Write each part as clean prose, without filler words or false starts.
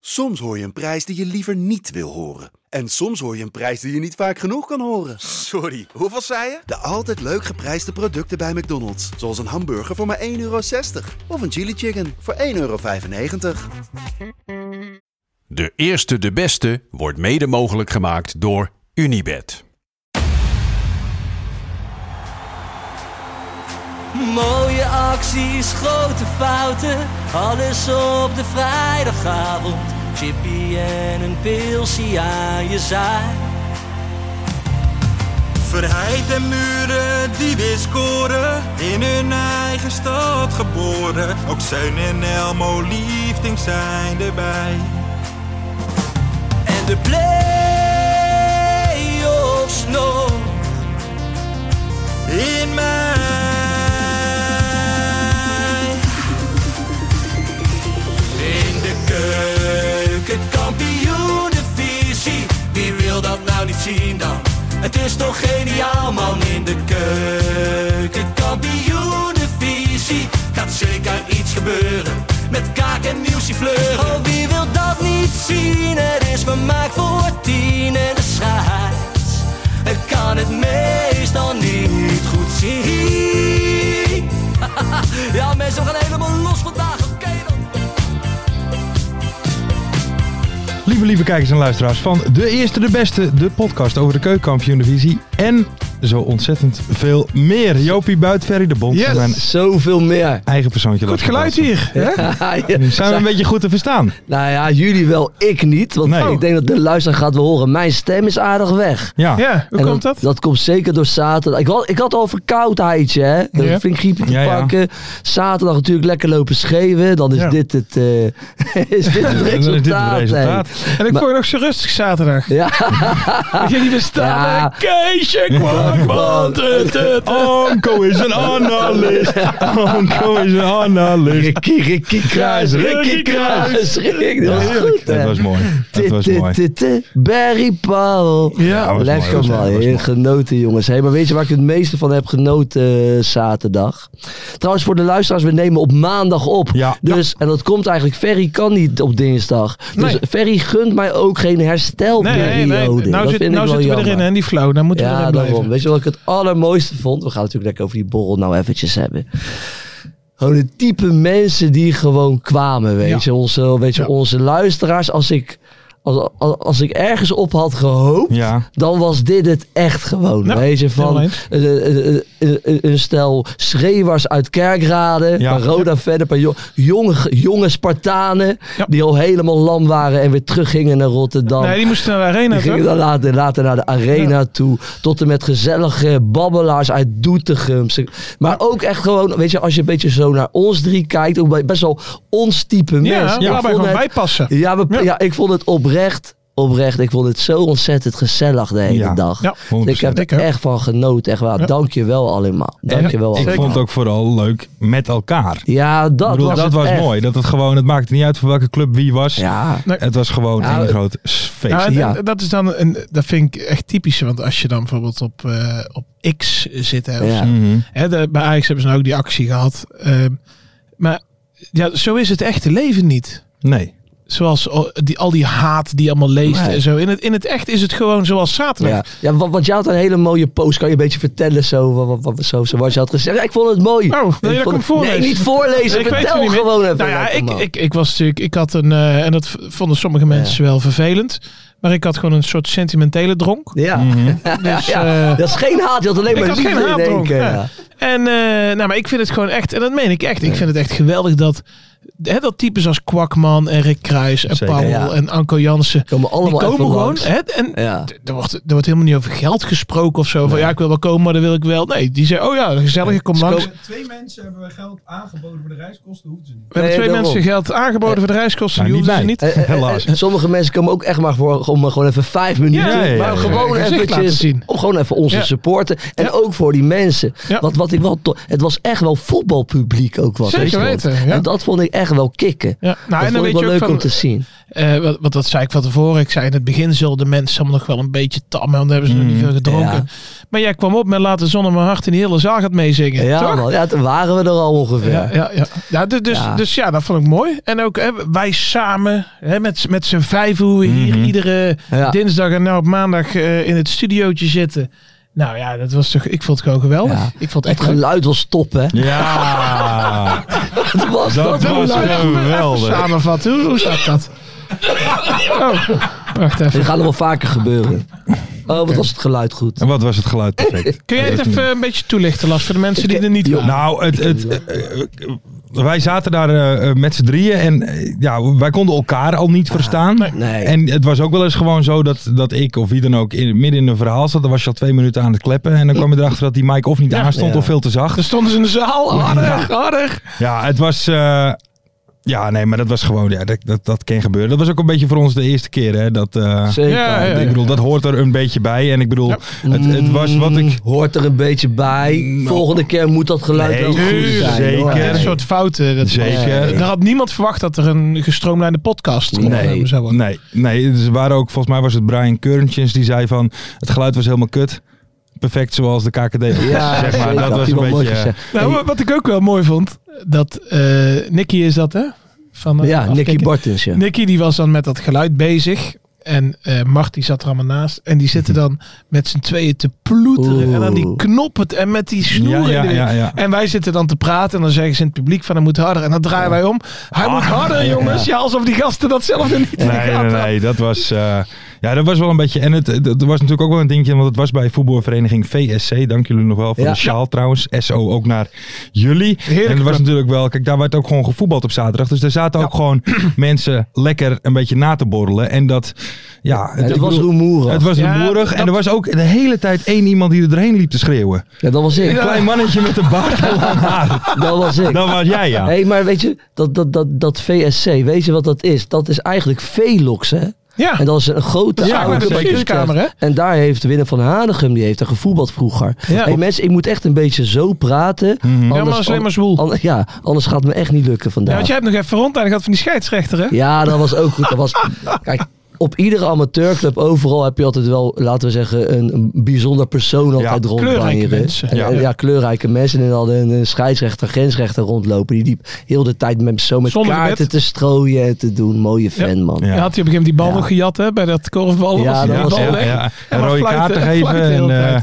Soms hoor je een prijs die je liever niet wil horen. En soms hoor je een prijs die je niet vaak genoeg kan horen. Sorry, hoeveel zei je? De altijd leuk geprijsde producten bij McDonald's. Zoals een hamburger voor maar €1,60. Of een chili chicken voor €1,95. De eerste, de beste wordt mede mogelijk gemaakt door Unibet. Mooie acties, grote fouten, alles op de vrijdagavond. Chippy en een pilsie aan je zaai. Verheid en Muren die weer scoren, in hun eigen stad geboren. Ook Zeun en Elmo Liefding zijn erbij. En de play-offs nog In mij. in de keukenkampioenenvisie. Wie wil dat nou niet zien dan? Het is toch geniaal man, in de keukenkampioenenvisie. Gaat zeker iets gebeuren met kaak en nieuwsie fleuren. Oh, wie wil dat niet zien? Het is vermaakt voor 10 en de scheids. Ik kan het meestal niet goed zien. Ja mensen, we gaan helemaal los vandaag, oké dan. Lieve kijkers en luisteraars van De Eerste de Beste, de podcast over de keukenkampioen-divisie en zo ontzettend veel meer. Jopie Buitferry, de bond van zijn zoveel meer. eigen persoontje. Goed geluid hier. Hè? Nu zijn we een beetje goed te verstaan. Nou ja, jullie wel, ik niet. Want ik denk dat de luisteraar gaat wel horen. Mijn stem is aardig weg. Ja, hoe komt dat? Dat komt zeker door zaterdag. Ik had al verkoudheidje, hè. Een flink griepje te pakken. Zaterdag natuurlijk lekker lopen schreeuwen. Dan is dit het resultaat. En ik vond je nog zo rustig zaterdag. Ja. Dat je niet meer staan. Keesje, kwakman. Onko is een analist. Onko is een analist. Rikkie Kruis. Dat was goed, hè. Dat was mooi. Barry Paul. Ja, lekker man. Genoten jongens. Hey, maar weet je waar ik het meeste van heb genoten zaterdag? Trouwens voor de luisteraars, we nemen op maandag op. Ja. Dus, en dat komt eigenlijk, Ferry kan niet op dinsdag. Dus Ferry gunt mij ook geen herstelperiode. Nee. Nou zitten we erin en die flow. Dan moeten we erin blijven. Weet je wat ik het allermooiste vond? We gaan natuurlijk lekker over die borrel nou eventjes hebben. Gewoon de type mensen die gewoon kwamen, weet je. Onze luisteraars, als ik ergens op had gehoopt, dan was dit het echt gewoon. Ja, weet je, van een stel schreeuwers uit Kerkrade, een Roda verder, een paar jonge Spartanen, die al helemaal lam waren en weer teruggingen naar Rotterdam. Nee, die moesten naar de arena, die gingen dan later naar de arena toe, tot en met gezellige babbelaars uit Doetinchem. Maar ook echt gewoon, weet je, als je een beetje zo naar ons drie kijkt, ook best wel ons type mensen. Ja, wij gewoon bijpassen. Ik vond het oprecht. Ik vond het zo ontzettend gezellig de hele dag. Ja, ik heb er echt van genoten. Echt waar. Dank je wel allemaal. Dank je wel allemaal. Ik vond het ook vooral leuk met elkaar. Ja, dat was mooi. Het maakte niet uit voor welke club wie was. Ja. Het was gewoon een groot feest. Dat is dan dat vind ik echt typisch. Want als je dan bijvoorbeeld op X zit. Bij Ajax hebben ze nou ook die actie gehad. Maar ja, zo is het echte leven niet. Nee. Zoals al die haat die je allemaal leest en zo. In het echt is het gewoon zoals zaterdag. Ja, want je had een hele mooie post. Kan je een beetje vertellen zoals je had gezegd? Ja, ik vond het mooi. Oh, wil je dat ik hem voorlezen? Nee, niet voorlezen. Vertel gewoon even. Nou ja, ik was natuurlijk... Ik had en dat vonden sommige mensen wel vervelend. Maar ik had gewoon een soort sentimentele dronk. Ja. Dus, dat is geen haat. Je had alleen maar liefde in één keer. Ja. En maar ik vind het gewoon echt... En dat meen ik echt. Ik vind het echt geweldig dat types als Kwakman en Rick Kruis en Paul en Anko Jansen komen gewoon. Er wordt helemaal niet over geld gesproken of zo. Van ik wil wel komen, maar dan wil ik wel. Nee, die zeggen, gezellig, ik kom langs. 2 mensen hebben we geld aangeboden voor de reiskosten, hoefden ze niet. We hebben 2 mensen geld aangeboden voor de reiskosten, die hoefden ze niet. Helaas. Sommige mensen komen ook echt maar voor om gewoon even 5 minuten. Maar gewoon eventjes, om gewoon even onze supporten. En ook voor die mensen. Wat had ik wel... Het was echt wel voetbalpubliek ook wat. Zeker weten, ja. En dat vond ik echt wel kicken. Ja. Nou, dat vond ik wel leuk om te zien. Wat dat zei ik van tevoren. Ik zei in het begin zullen de mensen allemaal nog wel een beetje tammen. Want dan hebben ze nog niet veel gedronken. Ja. Maar jij kwam op met Laat de zon in mijn hart en die hele zaal gaat meezingen. Ja, toch? man, ja, toen waren we er al ongeveer. Dus dat vond ik mooi. En ook wij samen met z'n 5 hoe we hier iedere dinsdag en op maandag in het studiootje zitten. Nou ja, dat was toch. Ik vond het gewoon geweldig. Ja. Ik vond het echt geluid was top, hè? Ja. dat was geweldig. Samenvatten, hoe zat dat? Wacht even. Dit gaat nog wel vaker gebeuren. Wat was het geluid goed? En wat was het geluid perfect? Kun jij het even een beetje toelichten, Lars, voor de mensen die er niet waren? Nou, wij zaten daar met z'n drieën en wij konden elkaar al niet verstaan. Nee. En het was ook wel eens gewoon zo dat ik of wie dan ook midden in een verhaal zat. Dan was je al 2 minuten aan het kleppen en dan kwam je erachter dat die mic of niet aanstond of veel te zacht. Dan stonden ze in de zaal, harder. Ja, het was... maar dat was gewoon, dat kan gebeuren. Dat was ook een beetje voor ons de eerste keer, hè. Zeker. Ik bedoel, dat hoort er een beetje bij. En ik bedoel, het was wat ik... Hoort er een beetje bij. Volgende keer moet dat geluid wel goed zijn. Zeker. Een soort fouten. Zeker. Er had niemand verwacht dat er een gestroomlijnde podcast zou worden. Nee. Dus waren ook, volgens mij was het Brian Keurntjes die zei van, het geluid was helemaal kut. Perfect zoals de KKD. Ja, zeg maar. Dat was een beetje... Wat ik ook wel mooi vond, dat Nicky is dat, hè? Nicky Bartens, ja. Nicky die was dan met dat geluid bezig. En Marty zat er allemaal naast. En die zitten dan met z'n tweeën te ploeteren. En dan die knoppen en met die snoeren. Ja. En wij zitten dan te praten. En dan zeggen ze in het publiek van hij moet harder. En dan draaien wij om. Hij moet harder, jongens. Ja, alsof die gasten dat zelf niet Nee, dat was... dat was wel een beetje... En het was natuurlijk ook wel een dingetje, want het was bij voetbalvereniging VSC. Dank jullie nog wel voor de sjaal trouwens. SO ook naar jullie. Heerlijk, en het was natuurlijk wel... Kijk, daar werd ook gewoon gevoetbald op zaterdag. Dus daar zaten ook gewoon mensen lekker een beetje na te borrelen. En dat... het was rumoerig. Het was rumoerig. En er was ook de hele tijd één iemand die er doorheen liep te schreeuwen. Ja, dat was ik. Een klein mannetje met een baard en lang haar. Dat was ik. Dat was jij, ja. Hey, maar weet je, dat VSC, weet je wat dat is? Dat is eigenlijk Velox, hè? Ja. En dat is een grote oude bestuurskamer, hè? En daar heeft Willem van Hanegem, die heeft er gevoetbald vroeger. Ja. Hey, mensen, ik moet echt een beetje zo praten. Maar is alleen maar zwoel. Anders gaat het me echt niet lukken vandaag. Ja, want jij hebt nog even rondleiding gehad van die scheidsrechter, hè? Ja, dat was ook goed. Kijk, op iedere amateurclub, overal heb je altijd wel, laten we zeggen, een bijzonder persoon altijd rondbanjeren. Kleurrijke mensen. En dan hadden een scheidsrechter, grensrechter rondlopen. Die heel de tijd met kaarten te strooien en te doen. Mooie fan, man. Ja, had hij op een gegeven moment die bal nog gejat, hè? Bij dat korfballen. Ja, dat was en rode kaarten geven.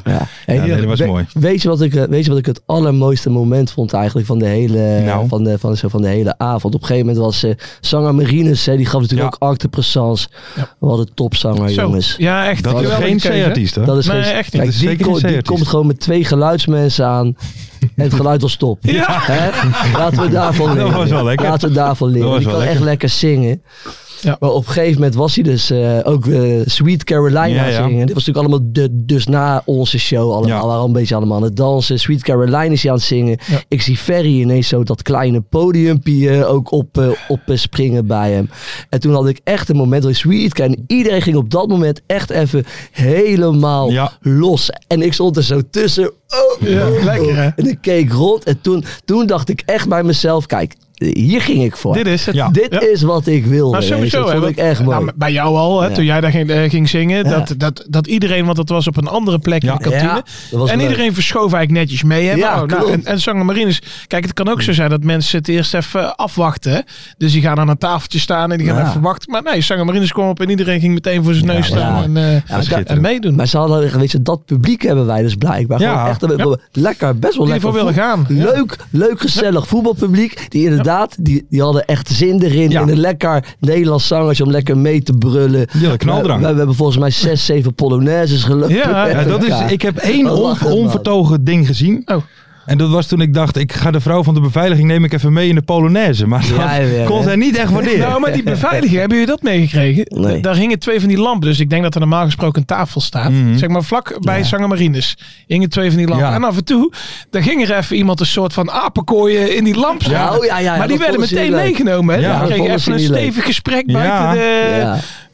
Dat was mooi. Weet je wat ik het allermooiste moment vond eigenlijk van de hele, van de hele avond? Op een gegeven moment was zanger Marines, die gaf natuurlijk ook acte présence. We hadden topzanger, jongens. Ja, echt. Dat is geen C-artiest, hoor. Dat is echt niet. Kijk, die komt gewoon met 2 geluidsmensen aan. En het geluid was top. Ja. Laten we daarvan leren. Dat was wel lekker. Laten we daarvan leren. Die kan echt lekker zingen. Ja. Maar op een gegeven moment was hij dus ook Sweet Carolina zingen. Dit was natuurlijk allemaal dus na onze show allemaal. We waren een beetje allemaal aan het dansen. Sweet Carolina is hij aan het zingen. Ja. Ik zie Ferry ineens zo dat kleine podiumpje ook op springen bij hem. En toen had ik echt een moment van Sweet Carolina. En iedereen ging op dat moment echt even helemaal los. En ik stond er zo tussen. Lekker, hè? En ik keek rond. En toen dacht ik echt bij mezelf, kijk, hier ging ik voor. Dit is het. Dit is wat ik wilde. Maar sowieso, dat vond ik echt mooi. Nou, bij jou al, hè, toen jij daar ging zingen, dat iedereen, want het was op een andere plek in de kantine. En iedereen verschoof eigenlijk netjes mee. Hè? En zanger Marines, kijk, het kan ook zo zijn dat mensen het eerst even afwachten. Hè? Dus die gaan aan een tafeltje staan en die gaan even wachten. Maar nee, zanger Marines kwam op en iedereen ging meteen voor zijn neus staan en meedoen. Maar ze hadden, weet je, dat publiek hebben wij dus blijkbaar. Gewoon echt lekker, best wel die lekker. Willen gaan. Leuk, gezellig voetbalpubliek. Die inderdaad, die hadden echt zin erin. In een lekker Nederlands zangertje om lekker mee te brullen. Ja, knaldrang. We hebben volgens mij 6, 7 polonaises gelopen. Ja, dat is, ik heb 1 onvertogen ding gezien. Oh. En dat was toen ik dacht, ik ga de vrouw van de beveiliging neem ik even mee in de Polonaise. Maar dat kon zij niet echt waarderen. Nou, maar die beveiliging, hebben jullie dat meegekregen? Nee. Daar hingen 2 van die lampen. Dus ik denk dat er normaal gesproken een tafel staat. Zeg maar vlak bij zanger Marines. Hingen 2 van die lampen. Ja. En af en toe, dan ging er even iemand een soort van apenkooien in die lamp staan. Maar die werden meteen meegenomen. Hè? Dan kreeg je even een stevig gesprek buiten de...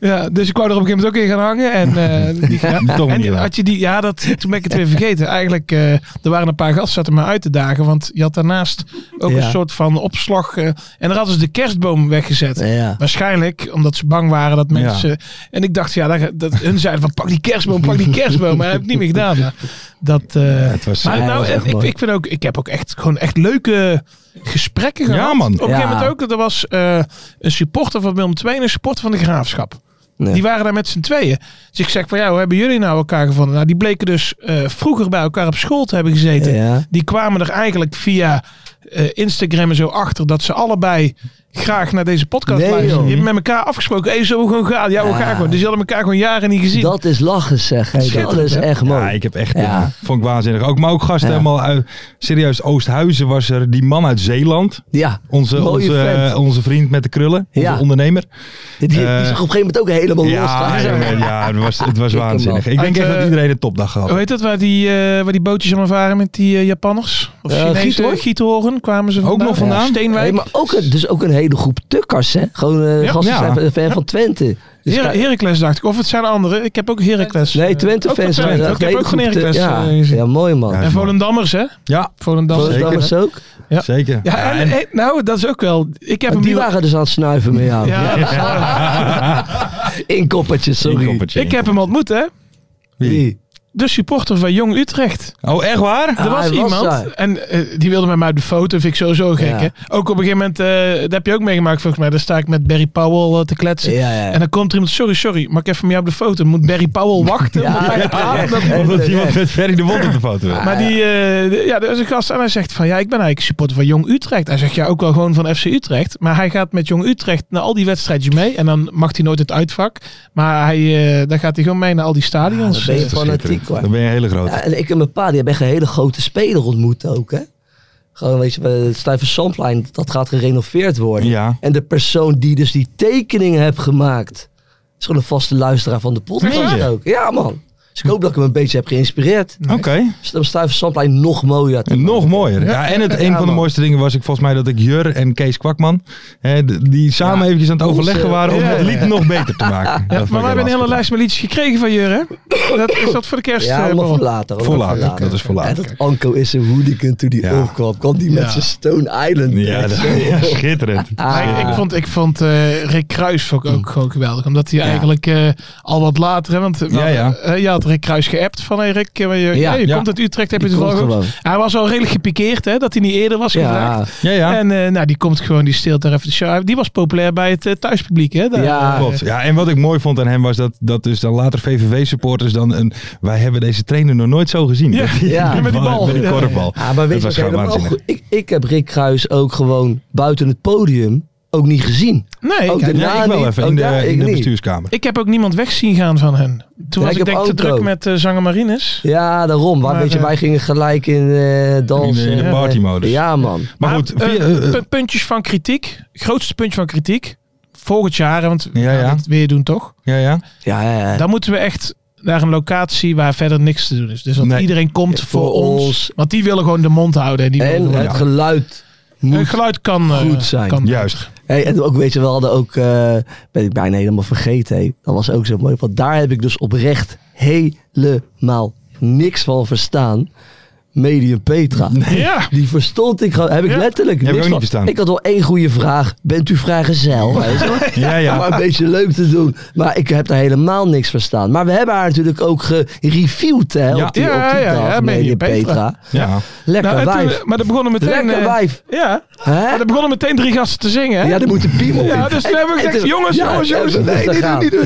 Ja, dus ik wou er op een gegeven moment ook in gaan hangen. En, Toch niet en had je die, toen ben ik het weer vergeten. Eigenlijk, er waren een paar gasten zaten me uit te dagen. Want je had daarnaast ook een soort van opslag. En daar hadden ze de kerstboom weggezet. Ja. Waarschijnlijk omdat ze bang waren dat mensen... Ja. En ik dacht, dat hun zeiden van pak die kerstboom. Maar dat heb ik niet meer gedaan. Het was, ik vind ook, ik heb ook echt leuke gesprekken gehad. Ja, man. Op een gegeven moment ook. Er was een supporter van Willem II en een supporter van de Graafschap. Nee. Die waren daar met z'n tweeën. Dus ik zeg van hoe hebben jullie nou elkaar gevonden? Nou, die bleken dus vroeger bij elkaar op school te hebben gezeten. Ja. Die kwamen er eigenlijk via Instagram en zo achter dat ze allebei graag naar deze podcast luisteren. Die hebben met elkaar afgesproken. Zo gewoon gaan. Ja, we gaan gewoon. Dus die hadden elkaar gewoon jaren niet gezien. Dat is lachen zeg. Dat is echt mooi. Ja, ik heb echt, vond ik waanzinnig. Maar ook gasten helemaal uit, serieus, Oosthuizen was er. Die man uit Zeeland. Ja, onze vriend met de krullen. Onze ondernemer. Die zag op een gegeven moment ook helemaal los. Ja, het was waanzinnig. Ik denk echt dat iedereen een topdag had. Hoe heet dat, waar die bootjes allemaal varen met die Japanners? Of Chinese Giethoorn kwamen ze vandaan. Ook nog vandaan? Steenwijk. Maar ook een hele groep tukkers, hè? Gewoon gasten zijn fan van Twente. Dus Heracles dacht ik. Of het zijn anderen. Ik heb ook Heracles. Nee, Twente-fans. Ik heb ook van Heracles. Ja, mooi man. En Volendammers, hè? Ja. Volendammers ook. Ja. Zeker. Ja, en dat is ook wel... Die waren dus aan het snuiven met jou. Inkoppertjes, sorry. Ik heb hem ontmoet, hè? Wie? De supporter van Jong Utrecht. Oh, echt waar? Er was iemand en die wilde met mij op de foto. Vind ik sowieso gek, hè? Ook op een gegeven moment, dat heb je ook meegemaakt volgens mij. Daar sta ik met Barry Powell te kletsen. En dan komt er iemand, sorry, mag ik even met jou op de foto? Moet Barry Powell wachten? Omdat iemand met Ferry de Wond op de foto wil. Maar er is een gast en hij zegt van, ik ben eigenlijk supporter van Jong Utrecht. Hij zegt, ook wel gewoon van FC Utrecht. Maar hij gaat met Jong Utrecht naar al die wedstrijdjes mee. En dan mag hij nooit het uitvak. Maar dan gaat hij gewoon mee naar al die stadions. Ben je fanatiek. Dan ben je een hele grote. Ja, en ik en mijn pa, die hebben echt een hele grote speler ontmoet ook, hè. Gewoon, weet je, het Stuyvesant-plein, dat gaat gerenoveerd worden. Ja. En de persoon die dus die tekeningen heeft gemaakt, is gewoon een vaste luisteraar van de podcast ook. Ja, man. Dus ik hoop dat ik hem een beetje heb geïnspireerd. Oké. Dus dan Stuyvesant-plein nog mooier. Nog mooier. Ja, en een van de mooiste dingen was ik volgens mij dat ik Jur en Kees Kwakman, die samen eventjes aan het overleggen waren om het lied nog beter te maken. Maar we hebben een hele lijst met liedjes gekregen van Jur, hè? Is dat voor de kerst? Ja, allemaal voor later. Voor later. Dat is voor later. En dat Anko is een hooligan toen die opkwam. Kwam die met zijn Stone Island. Ja, schitterend. Ik vond Rick Kruis ook gewoon geweldig. Omdat hij eigenlijk al wat later, hè, want je had Rick Kruis geappt van Rick, je komt uit Utrecht, heb je toevallig. Hij was al redelijk gepikeerd, hè, dat hij niet eerder was gevraagd. Ja. En die komt gewoon, die steelt daar even de show. Die was populair bij het thuispubliek, hè? Klopt. Ja, en wat ik mooi vond aan hem was dat dus dan later VVV-supporters wij hebben deze trainer nog nooit zo gezien. Ja. Met die bal. Met die korfbal. Ja, maar weet je wat ik heb Rick Kruis ook gewoon buiten het podium ook niet gezien. Nee, ook ik wel even in de bestuurskamer. Ik heb ook niemand weg zien gaan van hen. Toen was ik denk te druk met zanger Marines. Ja, daarom. Wij gingen gelijk in dansen. In de partymodus. Ja, man. Maar goed. Puntjes van kritiek. Grootste puntje van kritiek. Volgend jaar, want dat wil je doen toch? Ja. Dan moeten we echt naar een locatie waar verder niks te doen is. Dus dat iedereen komt voor ons. Want die willen gewoon de mond houden. En het geluid Het geluid kan goed zijn. Kan juist. Hey, en ook, weet je, we hadden ook, ben ik bijna helemaal vergeten. Hey. Dat was ook zo mooi. Want daar heb ik dus oprecht helemaal niks van verstaan. Medium Petra. Ja. Die verstond ik gewoon. Heb ik letterlijk niks van. Niet verstaan. Ik had wel één goede vraag. Bent u vrijgezel? Ja. Maar een beetje leuk te doen. Maar ik heb daar helemaal niks verstaan. Maar we hebben haar natuurlijk ook gereviewd. Hè, op die dag. Medium Petra. Ja. Lekker wijf. Maar er begonnen meteen... Lekker wijf. Ja. Maar er begonnen meteen 3 gasten te zingen. Hè? Ja, er moet een piemel. Ja, dus toen hebben we gezegd, jongens. Nee, niet doen.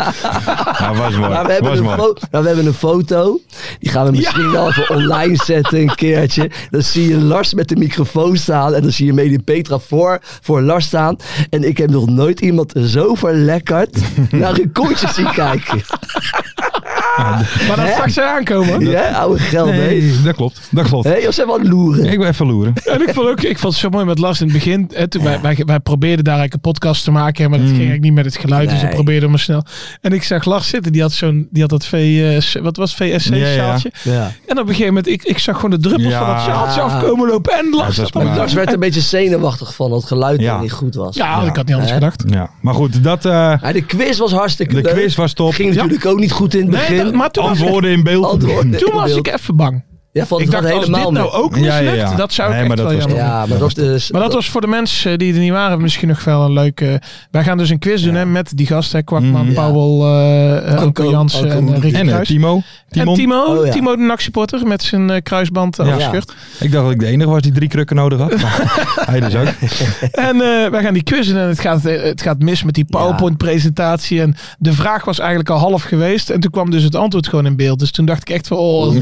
Ja, was mooi. Maar we hebben een foto. Die gaan we misschien wel even online zetten een keertje. Dan zie je Lars met de microfoon staan. En dan zie je Medium Petra voor Lars staan. En ik heb nog nooit iemand zo verlekkerd naar een kontje zien kijken. Maar dat straks aankomen. Ja, oude geld. Nee, dat klopt. Hé, je was even aan het loeren. Ik ben even loeren. En ik vond het zo mooi met Lars in het begin. Toen wij probeerden daar eigenlijk een podcast te maken. Maar dat ging eigenlijk niet met het geluid. Dus we probeerden maar snel. En ik zag Lars zitten. Die had dat VSC-sjaaltje. Ja. En op een gegeven moment, ik zag gewoon de druppels van dat sjaaltje afkomen lopen. En Lars werd een beetje zenuwachtig van dat het geluid niet goed was. Ja, ik had niet anders gedacht. Ja, maar goed, dat... de quiz was hartstikke leuk. De quiz was top. Ging natuurlijk ook niet goed in het begin. Maar antwoorden in beeld. Toen was ik even bang. Ja, ik dacht, als dit nou ook mislukt, dat zou ik echt wel jammer. Ja, maar dat was voor de mensen die er niet waren misschien nog wel een leuke... Wij gaan dus een quiz doen met die gasten. Kwakman, Pauwel, Anko Jansen en Rick Kruis. Timo. En Timo de NAC-supporter met zijn kruisband afgescheurd. Ik dacht dat ik de enige was die 3 krukken nodig had. Hij dus ook. En wij gaan die quizzen en het gaat mis met die PowerPoint-presentatie. En de vraag was eigenlijk al half geweest. En toen kwam dus het antwoord gewoon in beeld. Dus toen dacht ik echt van,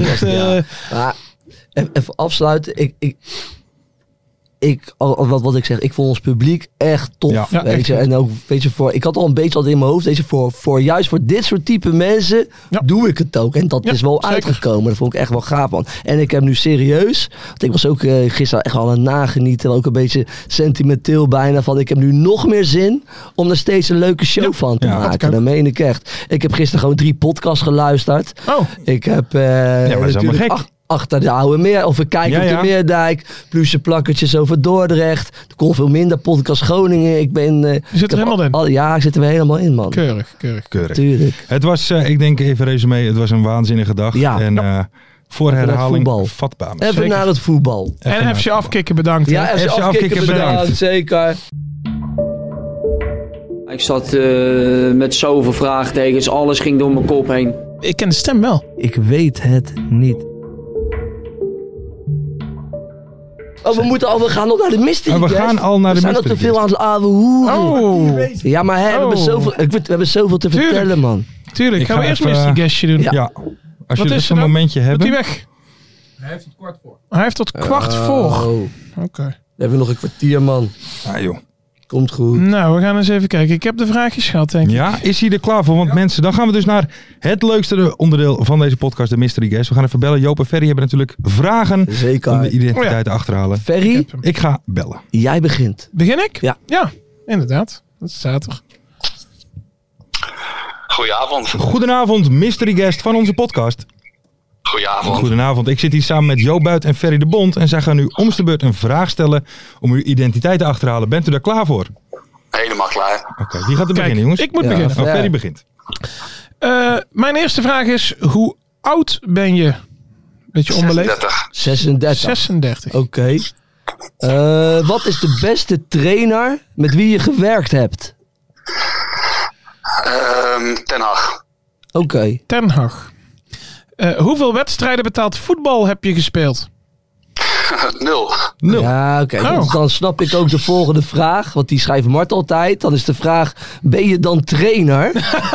even afsluiten. Wat ik zeg, ik vond ons publiek echt tof. Ja, weet je, en ook, ik had al een beetje in mijn hoofd, weet je, juist voor dit soort type mensen doe ik het ook. En dat is wel uitgekomen. Dat vond ik echt wel gaaf, man. En ik heb nu serieus, want ik was ook gisteren echt al aan het nagenieten, ook een beetje sentimenteel bijna, van ik heb nu nog meer zin om er steeds een leuke show van te maken. Dat meen ik echt. Ik heb gisteren gewoon 3 podcasts geluisterd. Ik heb natuurlijk Achter de Oude Meer, of we kijken op de Meerdijk, plusje plakkertjes over Dordrecht. Er kon veel minder, podcast Groningen. Je zit er helemaal in? Ja, ik zit er weer helemaal in, man. Keurig. Tuurlijk. Het was, ik denk even resume, het was een waanzinnige dag. Ja. En voor herhaling vatbaar. Even naar het voetbal. En FC Afkikken bedankt. Ja, FC Afkikken bedankt. Zeker. Ik zat met zoveel vraagtekens, alles ging door mijn kop heen. Ik ken de stem wel. Ik weet het niet. We gaan nog naar de mystery. We gaan al naar de mystery. We zijn al te veel aan het ouwe hoeren. Ja, maar we hebben zoveel te vertellen, man. Tuurlijk, gaan we eerst mystery guestje doen. Ja. Als jullie even een momentje hebben. Moet hij weg? Hij heeft tot 15:15. Hij heeft tot 15:15. Oké. Dan hebben we nog een kwartier, man. Ah, joh. Komt goed. Nou, we gaan eens even kijken. Ik heb de vraagjes gehad, denk ik. Ja, is hij er klaar voor? Want mensen, dan gaan we dus naar het leukste onderdeel van deze podcast, de Mystery Guest. We gaan even bellen. Joop en Ferry hebben natuurlijk vragen om de identiteit te achterhalen. Ferry? Ik ga bellen. Jij begint. Begin ik? Ja, inderdaad. Dat staat er. Goedenavond. Goedenavond, Mystery Guest van onze podcast. Goedenavond. Goedenavond. Ik zit hier samen met Joop Buit en Ferry de Bond. En zij gaan nu om de beurt een vraag stellen om uw identiteit te achterhalen. Bent u daar klaar voor? Helemaal klaar. Oké, wie gaat er beginnen, jongens? Ik moet beginnen. Ferry begint. Mijn eerste vraag is, hoe oud ben je? Beetje onbeleefd. 36. Oké. Wat is de beste trainer met wie je gewerkt hebt? Ten Hag. Oké. Ten Hag. Hoeveel wedstrijden betaald voetbal heb je gespeeld? 0. Ja, oké. Dan snap ik ook de volgende vraag. Want die schrijft Mart altijd. Dan is de vraag, ben je dan trainer?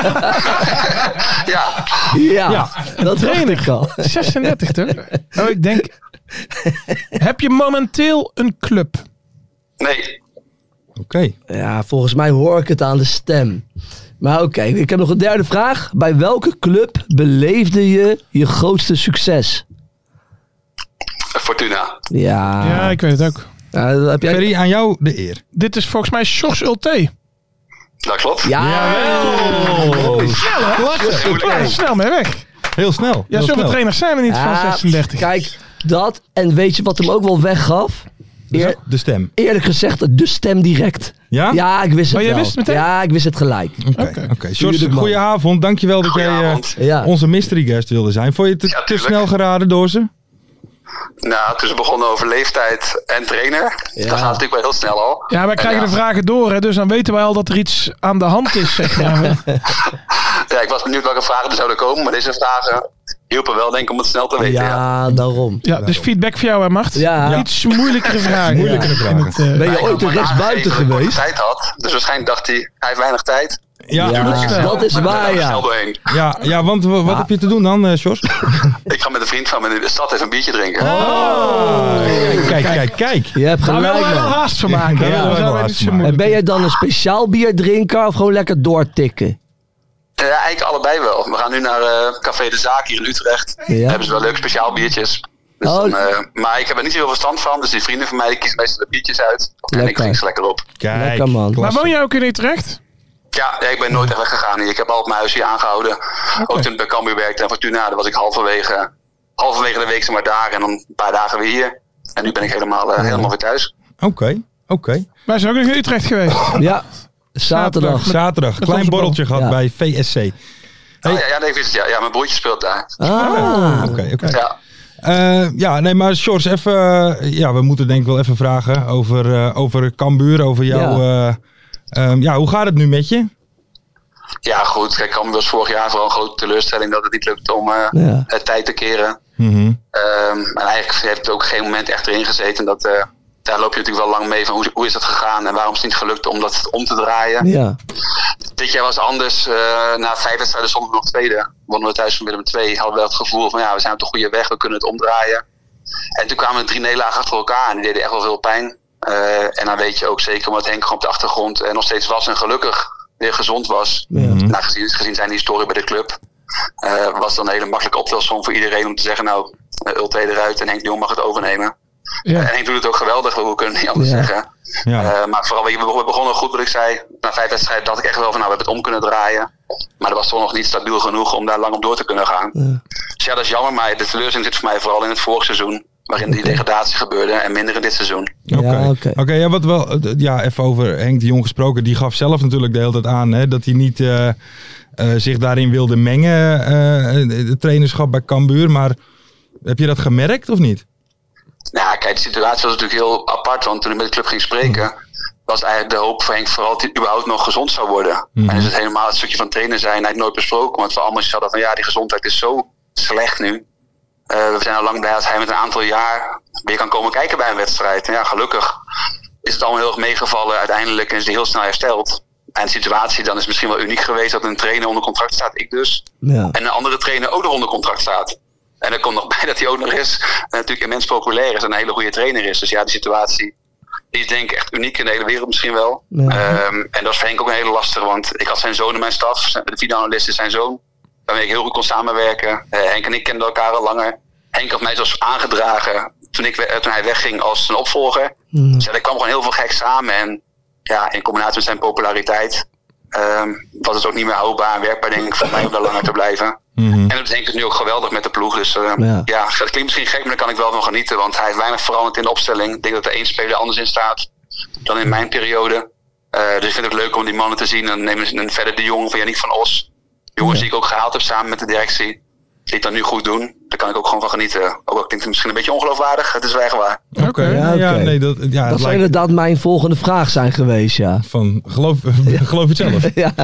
Ja, dat trainer ik al. 36 toch? Oh, ik denk... Heb je momenteel een club? Nee. Oké. Ja, volgens mij hoor ik het aan de stem. Maar oké, ik heb nog een derde vraag. Bij welke club beleefde je je grootste succes? Fortuna. Ja, ik weet het ook. Heb jij... Ferry, aan jou de eer. Dit is volgens mij Sjors Ulte. Dat klopt. Ja. Snel hè? Snel mee weg. Heel snel. Ja, zoveel trainers zijn er niet van 36. Kijk, dat. En weet je wat hem ook wel weggaf? De stem. Eerlijk gezegd, de stem direct. Ja? Ja, ik wist het jij wel. wist het meteen? Ja, ik wist het gelijk. Oké. Sjors, goedenavond. Dankjewel dat jij onze mystery guest wilde zijn. Vond je het te snel geraden door ze? Nou, toen ze begonnen over leeftijd en trainer. Dan gaat het natuurlijk wel heel snel al. Ja, wij krijgen de vragen door, hè, dus dan weten wij al dat er iets aan de hand is, zeg maar. Ja, ik was benieuwd welke vragen er zouden komen, maar deze vragen hielpen wel, denk ik, om het snel te weten. Ja, daarom. Ja, dus feedback voor jou, hè, Mart? Ja. Iets moeilijkere vragen. Ben je ooit een rechtsbuiten geweest? Tijd had, dus waarschijnlijk dacht hij heeft weinig tijd. Ja, dat is waar, ja. Want wat heb je te doen dan, Sjors? Ik ga met een vriend van me in de stad even een biertje drinken. Kijk. Je hebt gelijk, man. Daar willen we wel haast van maken. En ben jij dan een speciaal bierdrinker of gewoon lekker doortikken? Ja, eigenlijk allebei wel. We gaan nu naar Café de Zaak hier in Utrecht. Daar hebben ze wel leuke speciaal biertjes. Dus maar ik heb er niet heel veel verstand van. Dus die vrienden van mij die kiezen meestal de biertjes uit. En ik drink ze lekker op. Kijk, lekker man. Maar woon jij ook in Utrecht? Ja, ik ben nooit echt weggegaan. Ik heb altijd mijn huis hier aangehouden. Ook toen ik bij Cambuur werkte en Fortuna, daar was ik halverwege de week zeg maar daar. En dan een paar dagen weer hier. En nu ben ik helemaal weer thuis. Oké. Wij zijn ook nog in Utrecht geweest. Ja, zaterdag. Klein borreltje gehad bij VSC. Hey. Nee, ja, mijn broertje speelt daar. Oké. Ja. Nee, maar Sjors, even... we moeten denk ik wel even vragen over Cambuur, over jou. Hoe gaat het nu met je? Ja, goed. Kijk, Cambuur was vorig jaar vooral een grote teleurstelling dat het niet lukte om het tijd te keren. Mm-hmm. En eigenlijk heeft het ook geen moment echt erin gezeten. Daar loop je natuurlijk wel lang mee van hoe is dat gegaan en waarom is het niet gelukt om dat om te draaien. Ja. Dit jaar was anders. Na 5 wedstrijden stonden we nog tweede. Wonnen we thuis van Willem II. Hadden we wel het gevoel van we zijn op de goede weg, we kunnen het omdraaien. En toen kwamen 3 nederlagen achter elkaar en die deden echt wel veel pijn. En dan weet je ook zeker omdat Henk gewoon op de achtergrond nog steeds was en gelukkig weer gezond was. Mm-hmm. Gezien zijn historie bij de club. Was dan een hele makkelijke optelsom voor iedereen om te zeggen Ulte eruit en Henk de Jong mag het overnemen. Ja. En Henk doet het ook geweldig, we kunnen het niet anders zeggen. Ja. Maar vooral, we begonnen goed wat ik zei. Na 5 wedstrijden dacht ik echt wel van we hebben het om kunnen draaien. Maar dat was toch nog niet stabiel genoeg om daar lang op door te kunnen gaan. Ja. Dus dat is jammer, maar de teleurstelling zit voor mij vooral in het vorig seizoen. Waarin die degradatie gebeurde en minder in dit seizoen. Oké, wat wel, even over Henk de Jong gesproken. Die gaf zelf natuurlijk de hele tijd aan dat hij niet zich daarin wilde mengen. Het trainerschap bij Cambuur. Maar heb je dat gemerkt of niet? Nou, kijk, de situatie was natuurlijk heel apart. Want toen ik met de club ging spreken, was eigenlijk de hoop voor Henk vooral dat hij überhaupt nog gezond zou worden. En is het helemaal het stukje van trainer zijn eigenlijk nooit besproken. Want we allemaal hadden van die gezondheid is zo slecht nu. We zijn al lang blij dat hij met een aantal jaar weer kan komen kijken bij een wedstrijd. En gelukkig is het allemaal heel erg meegevallen uiteindelijk en is hij heel snel hersteld. En de situatie dan is misschien wel uniek geweest dat een trainer onder contract staat, ik dus. Ja. En een andere trainer ook nog onder contract staat. En er komt nog bij dat hij ook nog is natuurlijk immens populair is en een hele goede trainer is. Dus die situatie die is denk ik echt uniek in de hele wereld misschien wel. Ja. En dat was voor Henk ook een hele lastige, want ik had zijn zoon in mijn staf. De videoanalist is zijn zoon. Waarmee ik heel goed kon samenwerken. Henk en ik kenden elkaar al langer. Henk had mij zelfs aangedragen toen hij wegging als een opvolger. Dus er kwam gewoon heel veel gek samen. En in combinatie met zijn populariteit was het ook niet meer houdbaar en werkbaar denk ik voor mij om daar langer te blijven. En dat is Henk dus nu ook geweldig met de ploeg. Dus dat klinkt misschien gek, maar daar kan ik wel van genieten. Want hij heeft weinig veranderd in de opstelling. Ik denk dat er 1 speler anders in staat dan in mijn periode. Dus ik vind het leuk om die mannen te zien. En dan nemen ze verder de jongen van Yannick van Os. Jongens die ik ook gehaald heb samen met de directie. Die het dan nu goed doen. Daar kan ik ook gewoon van genieten. Ook al klinkt het misschien een beetje ongeloofwaardig. Het is wel echt waar. Oké. Dat zou inderdaad mijn volgende vraag zijn geweest, Van, geloof het zelf?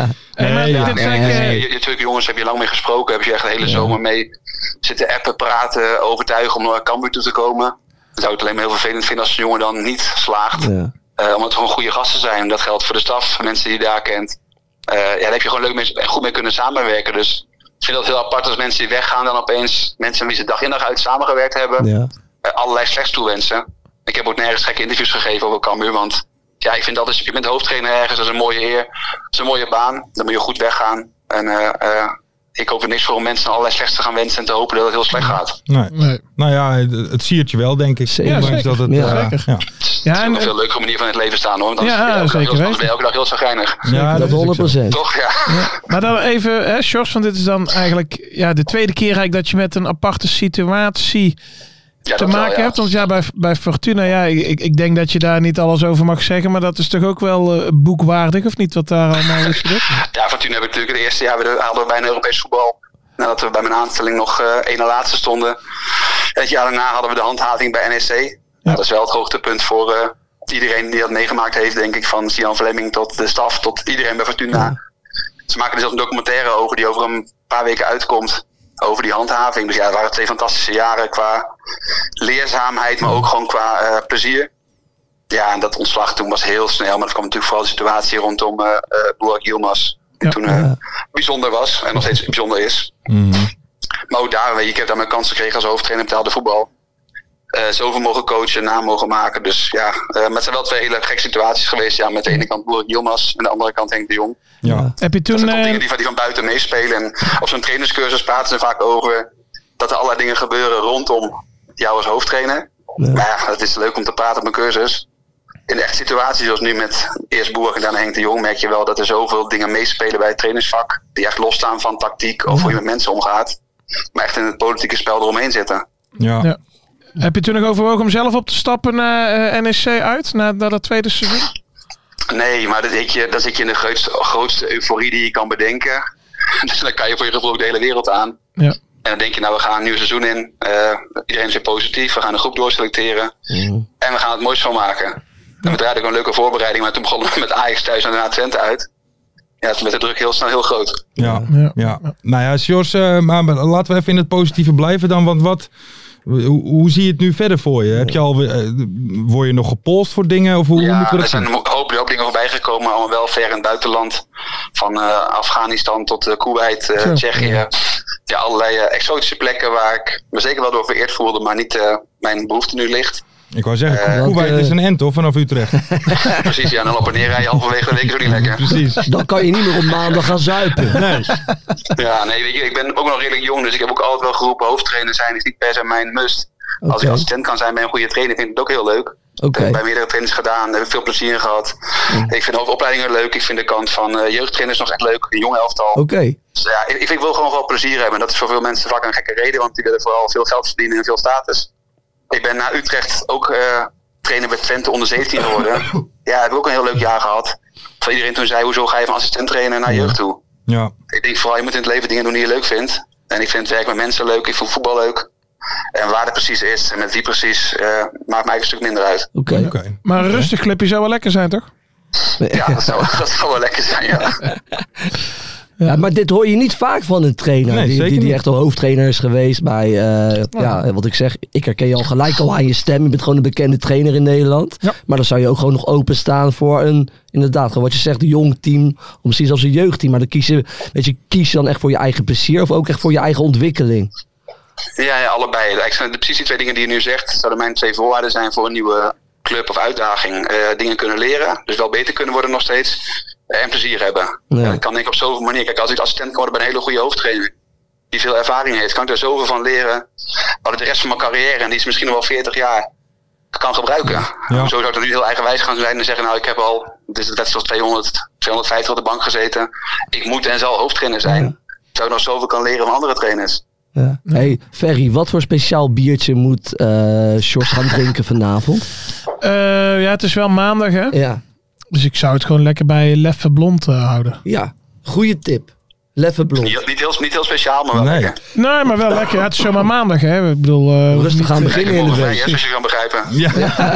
Natuurlijk jongens heb je lang mee gesproken. Heb je echt de hele zomer mee zitten appen, praten, overtuigen om naar Cambuur toe te komen. Dan zou ik het alleen maar heel vervelend vinden als een jongen dan niet slaagt. Omdat het gewoon goede gasten zijn. Dat geldt voor de staf, mensen die je daar kent. Daar heb je gewoon leuk en goed mee kunnen samenwerken. Dus ik vind dat heel apart als mensen die weggaan dan opeens mensen wie ze dag in dag uit samengewerkt hebben. Allerlei slechts toewensen. Ik heb ook nergens gekke interviews gegeven over Cambuur. Want ik vind dat je bent hoofdtrainer ergens, dat is een mooie eer. Dat is een mooie baan. Dan moet je goed weggaan. En ik hoop er niks voor om mensen allerlei slechts te gaan wensen en te hopen dat het heel slecht gaat. Nee. Nou ja, het siert je wel, denk ik. Ja, zeker. Dat het, zeker. Het is ook een veel leukere manier van het leven staan, hoor. Want dan ben je elke dag heel zagrijnig. Ja, dat 100%. Toch, ja. Maar dan even, Sjors, want dit is dan eigenlijk de tweede keer eigenlijk dat je met een aparte situatie te maken hebt. Want bij Fortuna, ik denk dat je daar niet alles over mag zeggen, maar dat is toch ook wel boekwaardig, of niet, wat daar allemaal is gebeurd? Ja, Fortuna hebben natuurlijk het eerste jaar hadden we bij een Europees voetbal. Nadat we bij mijn aanstelling nog 1 na laatste stonden. En het jaar daarna hadden we de handhaving bij NEC. Dat is wel het hoogtepunt voor iedereen die dat meegemaakt heeft, denk ik. Van Sian Fleming tot de staf, tot iedereen bij Fortuna. Ze maken er zelfs een documentaire over die over een paar weken uitkomt. Over die handhaving. Dus het waren 2 fantastische jaren qua leerzaamheid, maar ook gewoon qua plezier. Ja, en dat ontslag toen was heel snel. Maar dat kwam natuurlijk vooral de situatie rondom Burak Yilmaz. Die toen bijzonder was en nog steeds bijzonder is. Maar ook daar, ik heb daar mijn kans gekregen als hoofdtrainer betaalde voetbal. zoveel mogen coachen, naam mogen maken. Dus ja, maar het zijn wel 2 hele gekke situaties geweest. Ja, met de ene kant Boerik Yilmaz en de andere kant Henk de Jong. Ja. Heb je toen... Dat zijn toch dingen die van buiten meespelen. En op zo'n trainerscursus praten ze vaak over dat er allerlei dingen gebeuren rondom jou als hoofdtrainer. Ja. Maar ja, het is leuk om te praten op een cursus. In de echte situatie, zoals nu met eerst Boerik en daarna Henk de Jong, merk je wel dat er zoveel dingen meespelen bij het trainersvak. Die echt losstaan van tactiek of hoe je met mensen omgaat. Maar echt in het politieke spel eromheen zitten. Ja. Heb je toen nog overwogen om zelf op te stappen naar NEC uit? Naar dat tweede seizoen? Nee, maar dan zit je in de grootste euforie die je kan bedenken. Dus dan kan je voor je gevoel ook de hele wereld aan. Ja. En dan denk je, nou, we gaan een nieuw seizoen in. Iedereen is weer positief. We gaan een groep doorselecteren. En we gaan het moois van maken. En we draaiden ook een leuke voorbereiding. Maar toen begonnen we met Ajax thuis en daarna Twente uit. Ja, toen werd de druk heel snel heel groot. Ja. Nou ja, Sjors, maar laten we even in het positieve blijven dan. Want hoe zie je het nu verder voor je? Heb je word je nog gepolst voor dingen? Of hoe moeten we dat zien? Er zijn een hoop dingen voorbij gekomen. Allemaal wel ver in het buitenland. Van Afghanistan tot Kuwait, Tsjechië. Ja, allerlei exotische plekken waar ik me zeker wel door vereerd voelde. Maar niet mijn behoefte nu ligt. Ik wou zeggen, Kuwait is een end, toch? Vanaf Utrecht. Precies, ja. En dan op en neer rij je halverwege de week is ook niet lekker. Precies. Dan kan je niet meer op maandag gaan zuipen. Nee. Ja, nee, weet je, ik ben ook nog redelijk jong. Dus ik heb ook altijd wel geroepen, hoofdtrainer zijn is niet per se mijn must. Als ik assistent kan zijn bij een goede trainer, vind ik het ook heel leuk. Ik heb bij meerdere trainers gedaan, heb ik veel plezier in gehad. Ik vind de opleidingen leuk. Ik vind de kant van jeugdtrainers nog echt leuk. Een jong elftal. Dus ja, ik wil gewoon wel plezier hebben. En dat is voor veel mensen vaak een gekke reden, want die willen vooral veel geld verdienen en veel status. Ik ben na Utrecht ook trainer bij Twente onder 17 geworden. Ja, heb ik ook een heel leuk jaar gehad. Terwijl iedereen toen zei, hoezo ga je van assistent trainer naar jeugd toe? Ja. Ik denk vooral, je moet in het leven dingen doen die je leuk vindt. En ik vind het werk met mensen leuk. Ik vind voetbal leuk. En waar het precies is en met wie precies, maakt mij een stuk minder uit. Okay. Maar een rustig clubje zou wel lekker zijn, toch? Ja, dat zou wel lekker zijn, ja. Ja, maar dit hoor je niet vaak van een trainer die echt al hoofdtrainer is geweest bij, wat ik zeg, ik herken je al gelijk al aan je stem. Je bent gewoon een bekende trainer in Nederland. Ja. Maar dan zou je ook gewoon nog openstaan voor inderdaad, gewoon wat je zegt, een jong team, of misschien zelfs een jeugdteam. Maar dan kies je dan echt voor je eigen plezier of ook echt voor je eigen ontwikkeling? Ja, allebei. Eigenlijk zijn het precies die 2 dingen die je nu zegt, zouden mijn 2 voorwaarden zijn voor een nieuwe club of uitdaging. Dingen kunnen leren, dus wel beter kunnen worden nog steeds. En plezier hebben. Ja. Dat kan ik op zoveel manieren. Kijk, als ik assistent kan worden bij een hele goede hoofdtrainer die veel ervaring heeft, kan ik er zoveel van leren. Wat ik de rest van mijn carrière, en die is misschien nog wel 40 jaar, kan gebruiken. Ja. Zo zou het nu heel eigenwijs gaan zijn en zeggen, nou, ik heb al, dit is de wedstrijd 250 op de bank gezeten. Ik moet en zal hoofdtrainer zijn. Ja. Zou ik nog zoveel kan leren van andere trainers. Ja. Hey, Ferry, wat voor speciaal biertje moet Sjors gaan drinken vanavond? Ja, het is wel maandag, hè? Ja. Dus ik zou het gewoon lekker bij Leffe Blond houden. Ja, goede tip. Leffe Blond. Niet heel speciaal, maar wel lekker. Nee, maar wel lekker. Het is zomaar maandag, hè. Ik bedoel, rustig gaan beginnen in de week. Als je kan begrijpen. Ja.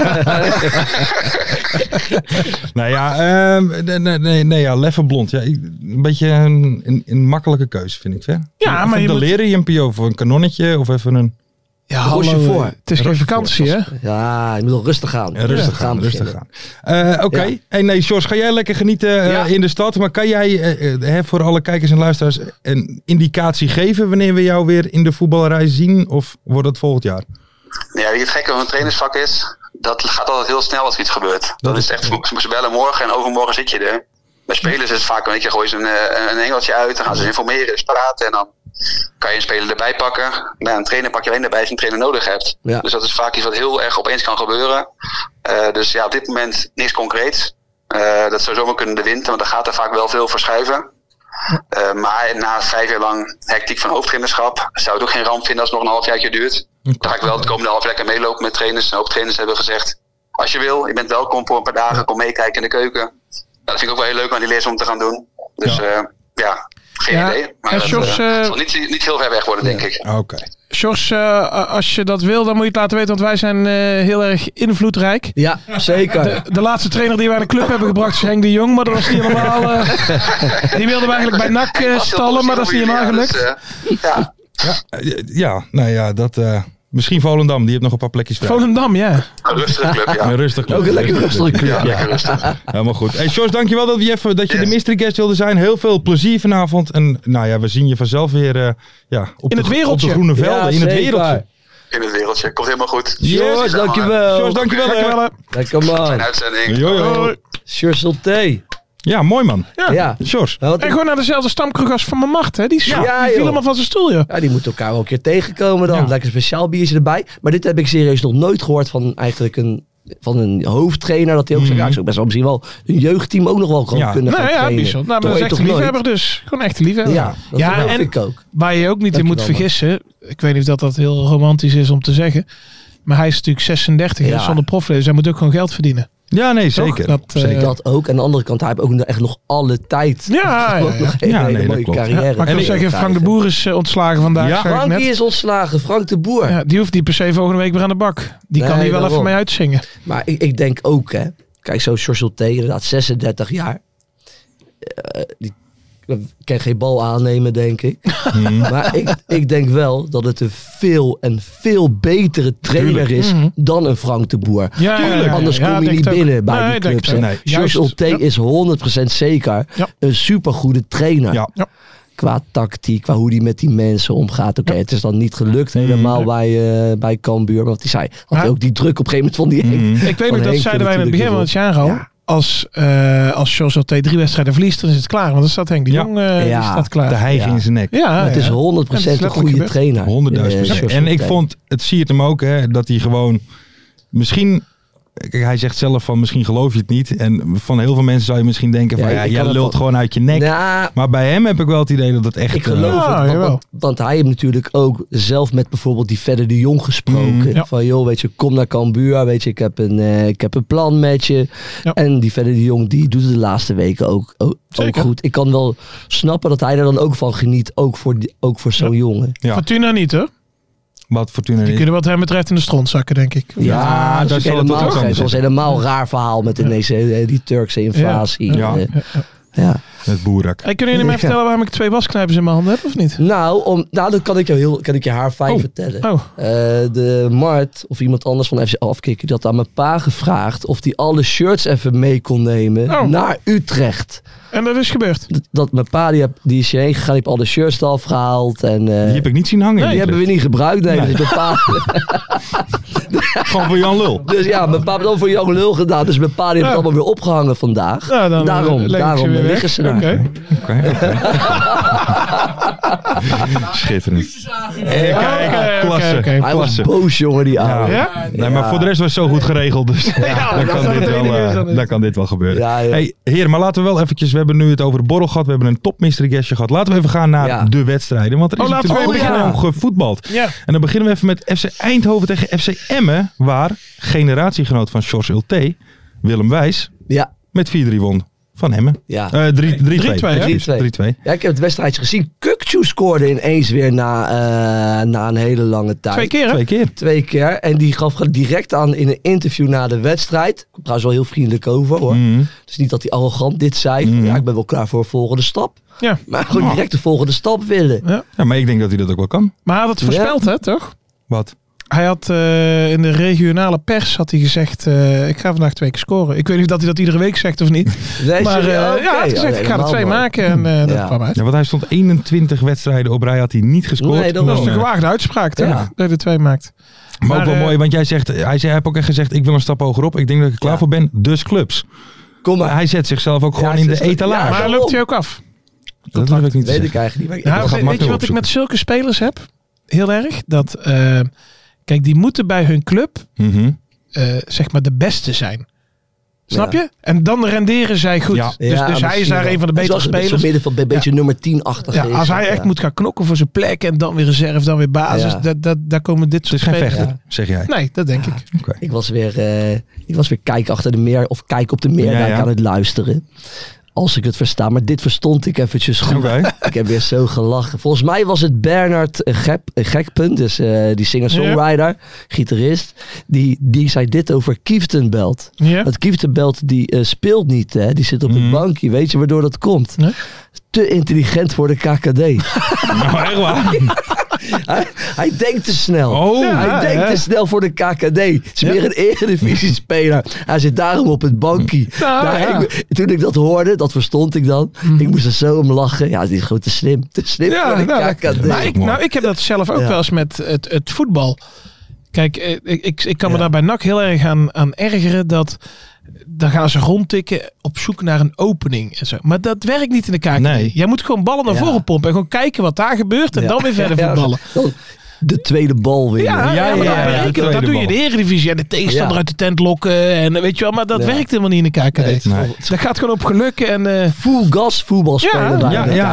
Nou ja, Leffe Blond. Ja, een beetje een makkelijke keuze, vind ik. Hè? Ja, maar je leren je NPO of een kanonnetje of even een... Ja, hallo, voor. Het is geen vakantie, hè? Ja, je moet wel rustig gaan. Ja, rustig gaan. Oké. Ja. Hey, nee, Sjors, ga jij lekker genieten in de stad. Maar kan jij voor alle kijkers en luisteraars een indicatie geven wanneer we jou weer in de voetballerij zien? Of wordt dat volgend jaar? Ja, wie het gekke van een trainersvak is, dat gaat altijd heel snel als er iets gebeurt. Dan is het echt, ze bellen morgen en overmorgen zit je er. Bij spelers is het vaak, weet je, gooi ze een engeltje uit, dan gaan ze informeren, eens praten en dan kan je een speler erbij pakken. Bij een trainer pak je alleen erbij als je een trainer nodig hebt. Ja. Dus dat is vaak iets wat heel erg opeens kan gebeuren. Dus ja, op dit moment niks concreets. Dat zou zomaar kunnen de winter, want dan gaat er vaak wel veel verschuiven. Maar na 5 jaar lang hectiek van hoofdtrainerschap zou het ook geen ramp vinden als het nog een halfjaartje duurt. Dan ga ik wel het komende half lekker meelopen met trainers. En ook trainers hebben gezegd, als je wil, je bent welkom voor een paar dagen, kom meekijken in de keuken. Dat vind ik ook wel heel leuk om die leers om te gaan doen. Dus geen idee. Maar het zal niet heel ver weg worden, denk ik. Oké. Sjors, als je dat wil, dan moet je het laten weten. Want wij zijn heel erg invloedrijk. Ja, zeker. De laatste trainer die wij aan de club hebben gebracht is Henk de Jong. Maar dat was niet helemaal... die wilden we eigenlijk bij NAC stallen, maar dat is niet helemaal gelukt. Nou ja, dat... Misschien Volendam, die heeft nog een paar plekjes vrij. Volendam, ja. Een rustige club, ja. Een rustige club. Ook een lekker rustige club. Ja, rustig. Helemaal goed. Hey, Sjors, dankjewel dat je de mystery guest wilde zijn. Heel veel plezier vanavond. En nou ja, we zien je vanzelf weer op de groene velden, in het wereldje. in het wereldje. Komt helemaal goed. Sjors, dankjewel. Sjors, dankjewel. Lekker man. Fijne uitzending. Jojo. Sjors Ulte. Ja, mooi man. Ja. Sjors. En gewoon naar dezelfde stamkroeg als Van mijn Macht, hè? Die viel joh. helemaal van zijn stoel, joh. Ja, die moeten elkaar wel een keer tegenkomen dan. Lekker een speciaal biertje erbij. Maar dit heb ik serieus nog nooit gehoord van eigenlijk een hoofdtrainer. Dat hij ook zegt, ja, ik zou best wel misschien wel een jeugdteam ook nog wel gewoon kunnen gaan trainen. Bijzonder. Nou, maar dat is echt een liefhebber dus. Gewoon echt een liefhebber. Ja, dat en vind ik ook. Waar je ook niet in moet vergissen. Ik weet niet of dat heel romantisch is om te zeggen. Maar hij is natuurlijk 36 en zonder profleven. Dus hij moet ook gewoon geld verdienen. Ja, nee, zeker. Dat ook. En aan de andere kant, hij heeft ook echt nog alle tijd. Nog een hele mooie carrière. Ja, maar ik wil zeggen, Frank de Boer is ontslagen vandaag. Ja, Frankie is ontslagen. Frank de Boer. Ja, die hoeft niet per se volgende week weer aan de bak. Die kan hier wel even mee uitzingen. Maar ik denk ook, hè. Kijk, zo Sjors Ulte, inderdaad 36 jaar. Die kan geen bal aannemen, denk ik. Maar ik denk wel dat het een veel betere trainer is dan een Frank de Boer. Ja, anders kom je niet binnen bij die clubs. Sjors Ulte is 100% zeker een supergoede trainer. Ja. Qua tactiek, qua hoe die met die mensen omgaat. Oké, het is dan niet gelukt helemaal bij Cambuur. Want die zei, had hij ook die druk op een gegeven moment van die Henk. Ik weet nog, dat zeiden wij in het begin van het jaar al. Als Sjors Ulte 3 wedstrijden verliest, dan is het klaar. Want dan staat Henk de Jong die staat klaar. De hijgen in zijn nek. Ja, het is 100% een goede trainer. 100.000%. En ik vond, het zie je hem ook, hè, dat hij gewoon misschien... Kijk, hij zegt zelf van misschien geloof je het niet. En van heel veel mensen zou je misschien denken van jij lult gewoon uit je nek. Ja, maar bij hem heb ik wel het idee dat het echt... Ik geloof het. Want hij heeft natuurlijk ook zelf met bijvoorbeeld die Verder de Jong gesproken. Van joh, weet je, kom naar Cambuur. Weet je, ik heb een plan met je. Ja. En die Verder de Jong, die doet het de laatste weken ook goed. Ik kan wel snappen dat hij er dan ook van geniet. Ook voor zo'n jongen. Ja. Fortuna niet, hoor. Wat Fortuna die kunnen wat hem betreft in de stront zakken, denk ik. Ja, dat is helemaal gek. Het was helemaal een raar verhaal met ineens die Turkse invasie. Ja. Met Boerak. Hey, kunnen jullie mij vertellen waarom ik 2 wasknijpers in mijn handen heb, of niet? Nou, dat kan ik je haar fijn vertellen. De Mart, of iemand anders van FC Afkikken, die had aan mijn pa gevraagd of hij alle shirts even mee kon nemen naar Utrecht. En dat is gebeurd? Dat mijn pa, die is heen gegaan, die heeft al de shirts afgehaald. En, die heb ik niet zien hangen. Nee, die hebben we niet gebruikt. Nee. Dus mijn pa... Gewoon voor Jan Lul. Dus ja, mijn pa heeft het al voor Jan Lul gedaan. Dus mijn pa heeft het allemaal weer opgehangen vandaag. Ja, daarom liggen ze daar. Oké. Schitterend. Klasse. Hij was boos, jongen, die oude. Ja? Nee, maar voor de rest was het zo goed geregeld. Dus dan kan dit wel gebeuren. Hey, heren, maar laten we wel eventjes... We hebben nu het over de borrel gehad. We hebben een topmystery guestje gehad. Laten we even gaan naar de wedstrijden. Want er is natuurlijk gewoon gevoetbald. Ja. En dan beginnen we even met FC Eindhoven tegen FC Emmen. Waar generatiegenoot van Sjors Ulte, Willem Wijs, met 4-3 won. Van Emmen. Ja. 3-2. Ja, ik heb het wedstrijdje gezien. Kukçu scoorde ineens weer na een hele lange tijd. 2 keer, hè? 2 keer. En die gaf direct aan in een interview na de wedstrijd. Komt trouwens wel heel vriendelijk over, hoor. Dus niet dat hij arrogant dit zei. Van, ik ben wel klaar voor een volgende stap. Ja. Maar gewoon direct de volgende stap willen. Ja, maar ik denk dat hij dat ook wel kan. Maar hij had het voorspeld, hè, toch? Wat? Hij had in de regionale pers gezegd, ik ga vandaag 2 keer scoren. Ik weet niet of hij dat iedere week zegt of niet. Nee, maar hij had gezegd, ik ga er 2 maken. En dat kwam uit. Ja, want hij stond 21 wedstrijden op rij, had hij niet gescoord. Nee, dat was een gewaagde uitspraak, toch? Dat hij er 2 maakt. Maar ook wel mooi, want hij heeft ook echt gezegd, ik wil een stap hogerop. Ik denk dat ik er klaar voor ben, dus clubs. Kom maar. Hij zet zichzelf ook gewoon in de etalage. Ja, maar loopt hij ook af? Dat durf ik niet te zeggen. Weet ik eigenlijk niet. Weet je wat ik met zulke spelers heb? Heel erg. Dat... Kijk, die moeten bij hun club zeg maar de beste zijn. Snap je? En dan renderen zij goed. Ja. Dus hij is daar een van de betere spelers. Zo'n middenveld een beetje nummer 10-achtig. Ja, als hij echt moet gaan knokken voor zijn plek en dan weer reserve, dan weer basis. Daar komen dit soort spelers. Het is geen vechter, zeg jij? Nee, dat denk ik. Okay. Ik was weer kijk achter de meer of kijk op de Meerdijk aan het luisteren. Als ik het versta, maar dit verstond ik eventjes goed. Ik heb weer zo gelachen. Volgens mij was het Bernard Gekpunt, dus die singer-songwriter, gitarist. Die zei dit over Kieftenbelt. Ja. Want Kieftenbelt die speelt niet, hè? Die zit op het bankje. Weet je waardoor dat komt? Nee? Te intelligent voor de KKD. Nou, echt waar? Hij denkt te snel. Hij denkt te snel voor de KKD. Het is meer een Eredivisie-speler. Hij zit daarom op het bankje. Toen ik dat hoorde, dat verstond ik dan. Ik moest er zo om lachen. Ja, die is gewoon te slim. Te slim voor de KKD. Maar ik heb dat zelf ook wel eens met het voetbal. Kijk, ik kan me daar bij NAC heel erg aan ergeren dat... Dan gaan ze rondtikken op zoek naar een opening en zo. Maar dat werkt niet in de KKD. Nee. Jij moet gewoon ballen naar voren pompen en gewoon kijken wat daar gebeurt en dan weer verder voetballen. De tweede bal winnen. Dat doe je in de Eredivisie en de tegenstander uit de tent lokken en weet je wel. Maar dat werkt helemaal niet in de KKD. Nee. Dat gaat gewoon op geluk en full gas voetbal spelen.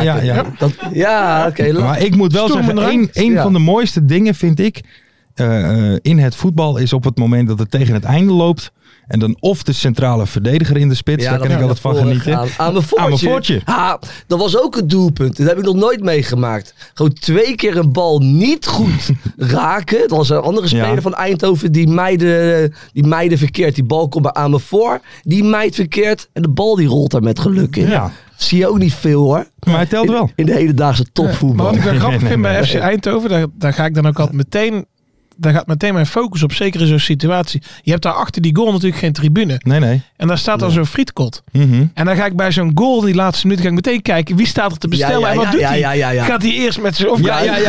Oké. Maar ik moet wel zeggen, een van de mooiste dingen vind ik in het voetbal is op het moment dat het tegen het einde loopt. En dan of de centrale verdediger in de spits. Daar kan ik altijd van genieten. Aan mijn voortje. Dat was ook een doelpunt. Dat heb ik nog nooit meegemaakt. Gewoon 2 keer een bal niet goed raken. Dat was een andere speler van Eindhoven. Die meiden verkeerd. Die bal komt bij aan me voor. Die meid verkeerd. En de bal die rolt daar met geluk in. Ja. Zie je ook niet veel hoor. Maar hij telt wel. In de hedendaagse topvoetbal. Maar wat ik wel grappig vind bij FC Eindhoven. Daar ga ik dan ook altijd meteen... Daar gaat meteen mijn focus op, zeker in zo'n situatie. Je hebt daar achter die goal natuurlijk geen tribune. Nee. En daar staat dan zo'n frietkot. En dan ga ik bij zo'n goal, die laatste minuut, ga ik meteen kijken wie staat er te bestellen en wat doet hij. Gaat hij eerst met zijn...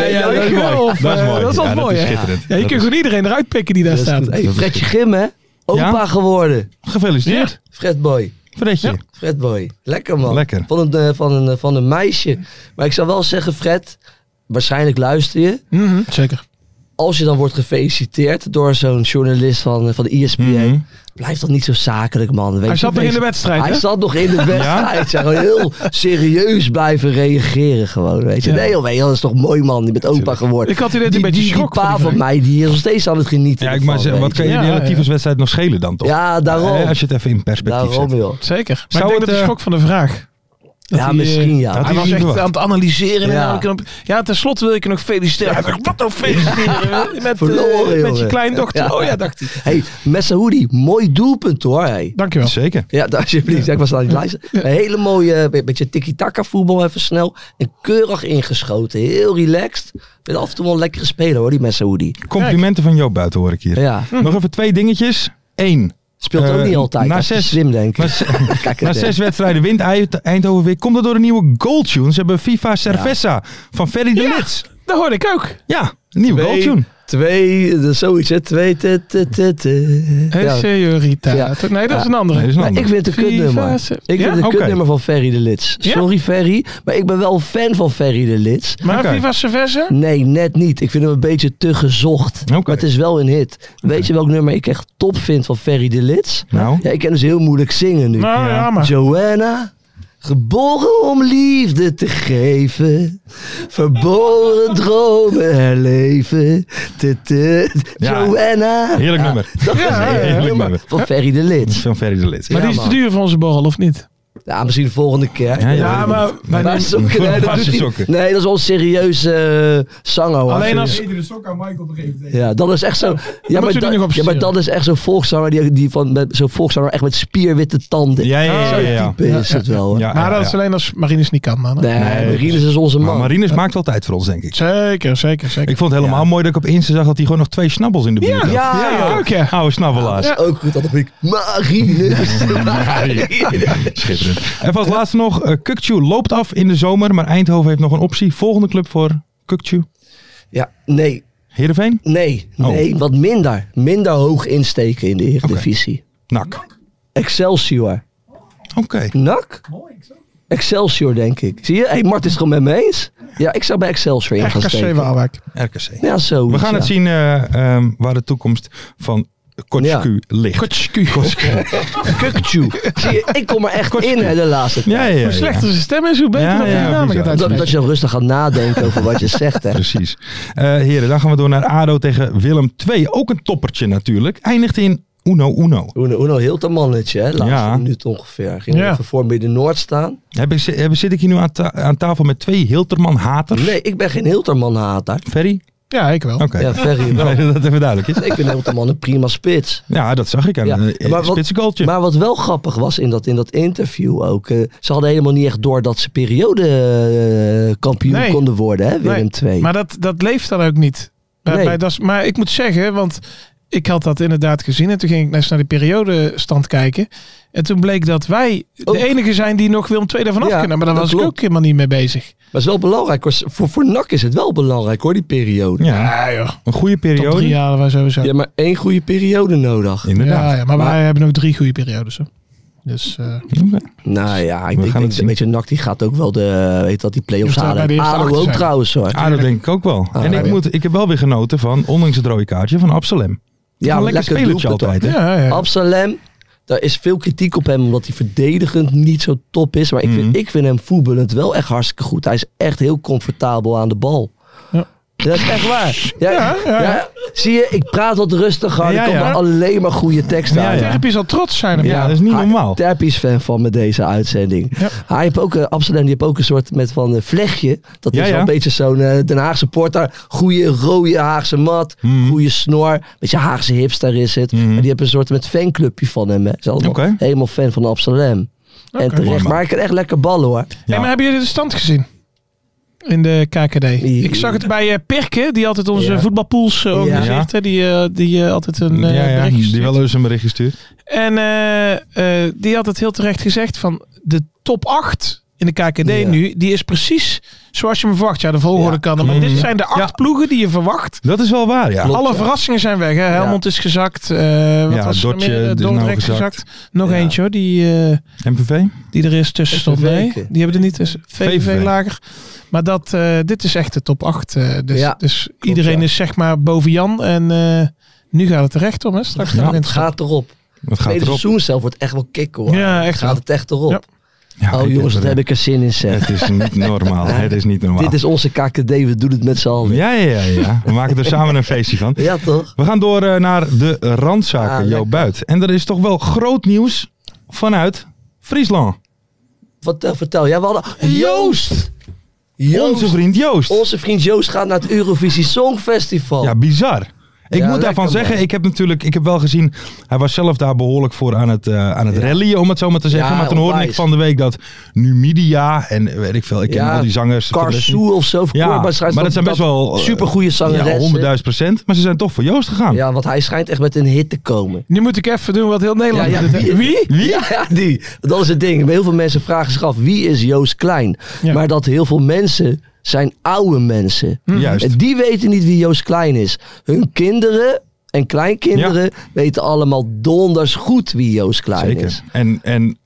Dat is wel mooi, hè? Je kunt gewoon iedereen eruit pikken die daar staat. Hey, Fredje Grim, hè? Opa geworden. Gefeliciteerd. Ja. Fredboy. Fredje. Fredboy. Lekker man. Lekker. Van een meisje. Maar ik zou wel zeggen, Fred, waarschijnlijk luister je. Zeker. Als je dan wordt gefeliciteerd door zo'n journalist van de ESPN, blijft dat niet zo zakelijk, man. Hij zat nog in de wedstrijd, Hij zat nog in de wedstrijd. Ja? Gewoon heel serieus blijven reageren gewoon, weet je. Ja. Nee, dat is toch mooi, man. Je bent opa geworden. Ik had dit een beetje schok die pa van mij, die is nog steeds aan het genieten. Ja, maar wat kan je die relatieve wedstrijd nog schelen dan, toch? Ja, daarom. Als je het even in perspectief zet. Joh. Zeker. Maar ik denk dat de schok van de vraag... misschien ja. Hij was echt aan het analyseren. Tenslotte wil ik je nog feliciteren. Hij dacht, wat nou feliciteren? Met je kleindochter. Ja. Oh ja, dacht hij. Hey, Messaoudi, mooi doelpunt hoor. Hey. Dankjewel. Zeker. Ja, alsjeblieft. Ik was aan het luisteren. Een hele mooie, beetje tiki-taka voetbal even snel. En keurig ingeschoten. Heel relaxed. Ik vind af en toe wel een lekkere speler hoor, die Messaoudi. Complimenten van Joop Buiten hoor ik hier. Ja. Nog even 2 dingetjes. 1. Speelt ook niet altijd. Na 6 slim, denk ik. Na 6 wedstrijden wint Eindhoven weer. Komt dat door een nieuwe goaltune. Ze hebben FIFA Cerveza van Ferry de Lits. Dat hoorde ik ook. Ja, een nieuwe goaltune. 2, zoiets hè. 2, Señorita. Ja. Nee, dat is een andere. Ik vind het een kutnummer. Ik vind het een kutnummer van Ferry de Lits. Sorry Ferry, maar ik ben wel fan van Ferry de Lits. Maar FIFA Cerveza? Nee, net niet. Ik vind hem een beetje te gezocht. Maar het is wel een hit. Weet je welk nummer ik echt top vind van Ferry de Lits? Nou? Ja, ik kan dus heel moeilijk zingen nu. Maar. Joanna. Geboren om liefde te geven, verboren dromen herleven. Joanna. Heerlijk nummer. Heerlijk nummer. Van Ferry de Lits. Maar die is te duur voor onze borrel, of niet? Ja, misschien de volgende keer. Maar sokken, nee, dat is wel een serieuze zanger. Hoor. Alleen als... de sok aan Michael begeeft. Ja, dat is echt zo... maar dat is echt zo'n volkszanger die van zo'n volkszanger echt met spierwitte tanden. Ja. Type is het wel. Hoor. Maar dat is alleen als Marinus niet kan, man. Nee, Marinus is onze man. Maar Marinus maakt wel tijd voor ons, denk ik. Zeker. Ik vond het helemaal mooi dat ik op Insta zag dat hij gewoon nog 2 snabbels in de buurt had. Ja. Oude snabbelaars. Dat is ook goed, dat ik Marinus. Schitterend. En als laatste nog, Kukçu loopt af in de zomer, maar Eindhoven heeft nog een optie. Volgende club voor Kukçu? Ja, nee. Heerenveen? Nee, wat minder. Minder hoog insteken in de Eredivisie. NAC. Excelsior. Oké. NAC? Excelsior, denk ik. Zie je? Hey, Mart is het gewoon met me eens. Ja, ik zou bij Excelsior in gaan steken. RKC Waalwijk. RKC. Ja, zo. We gaan het zien waar de toekomst van Kukçu ligt. Kukçu. Zie je, ik kom er echt in de laatste tijd. Hoe slechter zijn stem is, hoe beter dat je naam gaat uitspreken. Dat je dan rustig gaat nadenken over wat je zegt. Hè. Precies. Heren, dan gaan we door naar ADO tegen Willem II. Ook een toppertje natuurlijk. Eindigt in Uno. Heel te mannetje, hè? Laatste minuut ongeveer. Ging even voor Midden-Noord staan. Zit ik hier nu aan tafel met 2 Hilterman-haters? Nee, ik ben geen Hilterman-hater. Ferry? Ja, ik wel. Okay. Ja, Ferry wel. Nee, dat even duidelijk is. Ik vind Hilterman een prima spits. Ja, dat zag ik aan een spitsengoaltje. Maar wat wel grappig was in dat interview ook. Ze hadden helemaal niet echt door dat ze periodekampioen konden worden, hè, Willem II. Maar dat leeft dan ook niet. Maar ik moet zeggen, want ik had dat inderdaad gezien. En toen ging ik naar de periodestand kijken. En toen bleek dat wij de enige zijn die nog Willem II daarvan af kunnen. Maar daar was ik ook helemaal niet mee bezig. Maar het is wel belangrijk hoor. Voor NAC is het wel belangrijk hoor, die periode. Ja, joh. Een goede Top 3 periode. halen wij sowieso. Je hebt maar 1 goede periode nodig. Inderdaad. Ja, maar wij hebben nog 3 goede periodes. Hè. Dus, Nou ja, ik We gaan het denk zien. weet je, NAC die gaat ook wel die play-offs Je moet bij de halen. eerste ADO achter ook zijn. trouwens hoor. Dat denk ik ook wel. En ik heb wel weer genoten van, ondanks het rode kaartje, van Absalem. Ja, een lekker spelertje doelpunt, altijd. hoor. Hè? ja. Absalem, daar is veel kritiek op hem omdat hij verdedigend niet zo top is. Maar ik vind hem voetballend wel echt hartstikke goed. Hij is echt heel comfortabel aan de bal. Ja. Dat is echt waar. Ja. Zie je, ik praat wat rustiger. Ja, Er komen ja. alleen maar goede teksten uit. Terpie zal trots zijn op Ja, jou. dat is niet normaal. Terpie is fan van met deze uitzending. Ja. Hij heeft ook, Amsterdam, die heeft ook een soort met van een vlechtje. Dat is Ja, wel ja. een beetje zo'n Den Haagse porter. Goeie rode Haagse mat. Goeie snor. Beetje Haagse hipster is het. Maar die heeft een soort met fanclubje van hem. Hè. Ze is allemaal Oké. helemaal fan van Amsterdam. En Oké. terecht. Maar ik kan echt lekker ballen hoor. Hey, maar hebben jullie de stand gezien? In de KKD. Ik zag het bij Pirke, die altijd onze voetbalpools organiseert. Hè, die altijd een berichtje die stuurt. wel eens een berichtje stuurt. En die had het heel terecht gezegd van de top 8 in de KKD nu, die is precies zoals je me verwacht. Ja, de volgorde kan er. Maar dit zijn de 8 ploegen die je verwacht. Dat is wel waar, ja. Alle verrassingen zijn weg. Hè? Helmond is gezakt. Wat was er Dordtje meer? is nou Dordrecht gezakt. Nog eentje hoor. Die MVV? die er is tussen stond. Nee, Weken. die hebben er niet tussen. VVV VVV. lager. Maar dit is echt de top 8. Dus klopt, iedereen ja. is zeg maar boven Jan. En nu gaat het er echt om. Hè? Straks Ja, nog in Het gaat erop. Wat Het gaat tweede erop? seizoen zelf wordt echt wel kicken hoor. Ja, echt Gaat wel. het echt erop. Ja. Ja, Oh jongens, wat heb ik er zin in zeg. Het is niet normaal. Het is niet normaal. Dit is onze KKD, we doen het met z'n allen. Ja. We maken er samen een feestje van. Ja toch? We gaan door naar de randzaken, Jo lekker. Buit. En er is toch wel groot nieuws vanuit Friesland. Vertel. Ja, we hadden... Joost! Onze vriend Joost. Onze vriend Joost gaat naar het Eurovisie Songfestival. Ja, bizar. Ik Ja, moet daarvan lekker, zeggen, man. ik heb wel gezien, hij was zelf daar behoorlijk voor aan het rallyen, om het zo maar te zeggen. Ja, Maar toen hoorde ik onwijs. van de week dat Numidia en weet ik veel, ik ken al die zangers. Karsoe of zo. Ja, maar dat zijn best wel supergoeie zangeressen. Ja, 100.000%. Maar ze zijn toch voor Joost gegaan. Ja, want hij schijnt echt met een hit te komen. Nu moet ik even doen wat heel Nederland Ja, doet. wie? Wie? Ja, die. Dat is het ding. Heel veel mensen vragen zich af, wie is Joost Klein? Ja. Maar dat heel veel mensen zijn oude mensen. Juist. En die weten niet wie Joost Klein is. Hun kinderen en kleinkinderen weten allemaal donders goed wie Joost Klein Zeker. is. En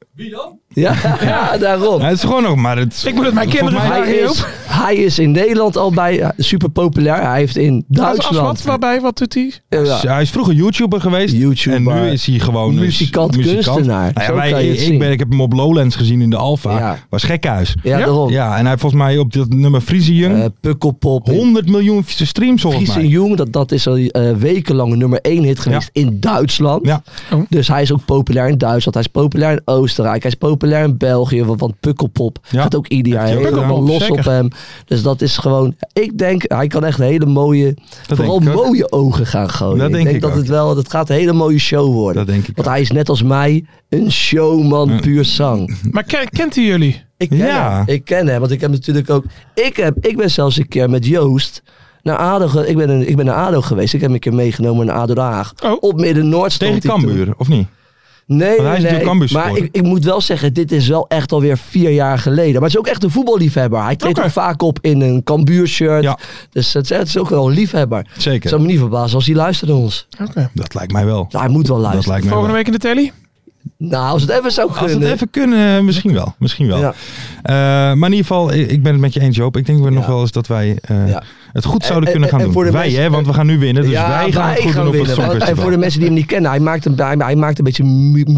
Ja, daarom. ja, het is gewoon nog maar... Het, Ik moet het mijn kinderen volgens mij- vragen, Joop. Hij is in Nederland al bij super populair. Hij heeft in Als Duitsland. wat? Waarbij? Wat doet hij? Ja, Hij is vroeger YouTuber geweest. YouTuber. En nu is hij gewoon Muzikant, kunstenaar. Nou ja, Zo kan je het zien. ik heb hem op Lowlands gezien in de Alfa. Ja. Was gekhuis. ja, Ja? daarom. Ja, en hij heeft volgens mij op dat nummer Friese Jung Pukkelpop. 100 miljoen streams volgens Friese mij. Jung, dat is al wekenlang een nummer 1 hit geweest in Duitsland. Ja. Dus hij is ook populair in Duitsland. Hij is populair in Oostenrijk. Hij is populair in België. Want Pukkelpop Ja. gaat ook ieder jaar Heeft hij ook helemaal gedaan. los Zeker. op hem. Dus dat is gewoon... Ik denk, hij kan echt hele mooie... vooral denk ik ook. mooie ogen gaan gooien. Dat denk ik dat ook. het wel... Dat gaat een hele mooie show worden. Dat denk ik Want ook. hij is net als mij een showman puur zang. Maar kent u jullie? Ik ken Ja. hem. Ik ken hem, want ik heb natuurlijk ook... Ik ben zelfs een keer met Joost naar ADO... Ik ben naar ADO geweest. Ik heb hem een keer meegenomen naar ADO Den Haag. Oh. Op Midden-Noord stond Tegen hij toen. Cambuur, of niet? Nee, hij is natuurlijk Cambuur maar supporter. ik moet wel zeggen, dit is wel echt alweer 4 jaar geleden. Maar het is ook echt een voetballiefhebber. Hij treedt Oké. ook vaak op in een Cambuur shirt. Ja. Dus het is ook wel een liefhebber. Zeker. Het zou me niet verbazen als hij luistert naar ons. Oké. Dat lijkt mij wel. Nou, hij moet wel Dat luisteren. lijkt mij Volgende wel. week in de telly? Nou, als het even zou Als kunnen. het even kunnen, misschien wel. Misschien wel. Ja. Maar in ieder geval, ik ben het met je eens, Joop. Ik denk nog wel eens dat wij Ja. het goed zouden En- kunnen gaan en doen. voor de Wij, mensen- hè, want we gaan nu winnen. Dus Ja, wij gaan het goed doen op het winnen. Songfestival. En voor de mensen die hem niet kennen, hij maakt een beetje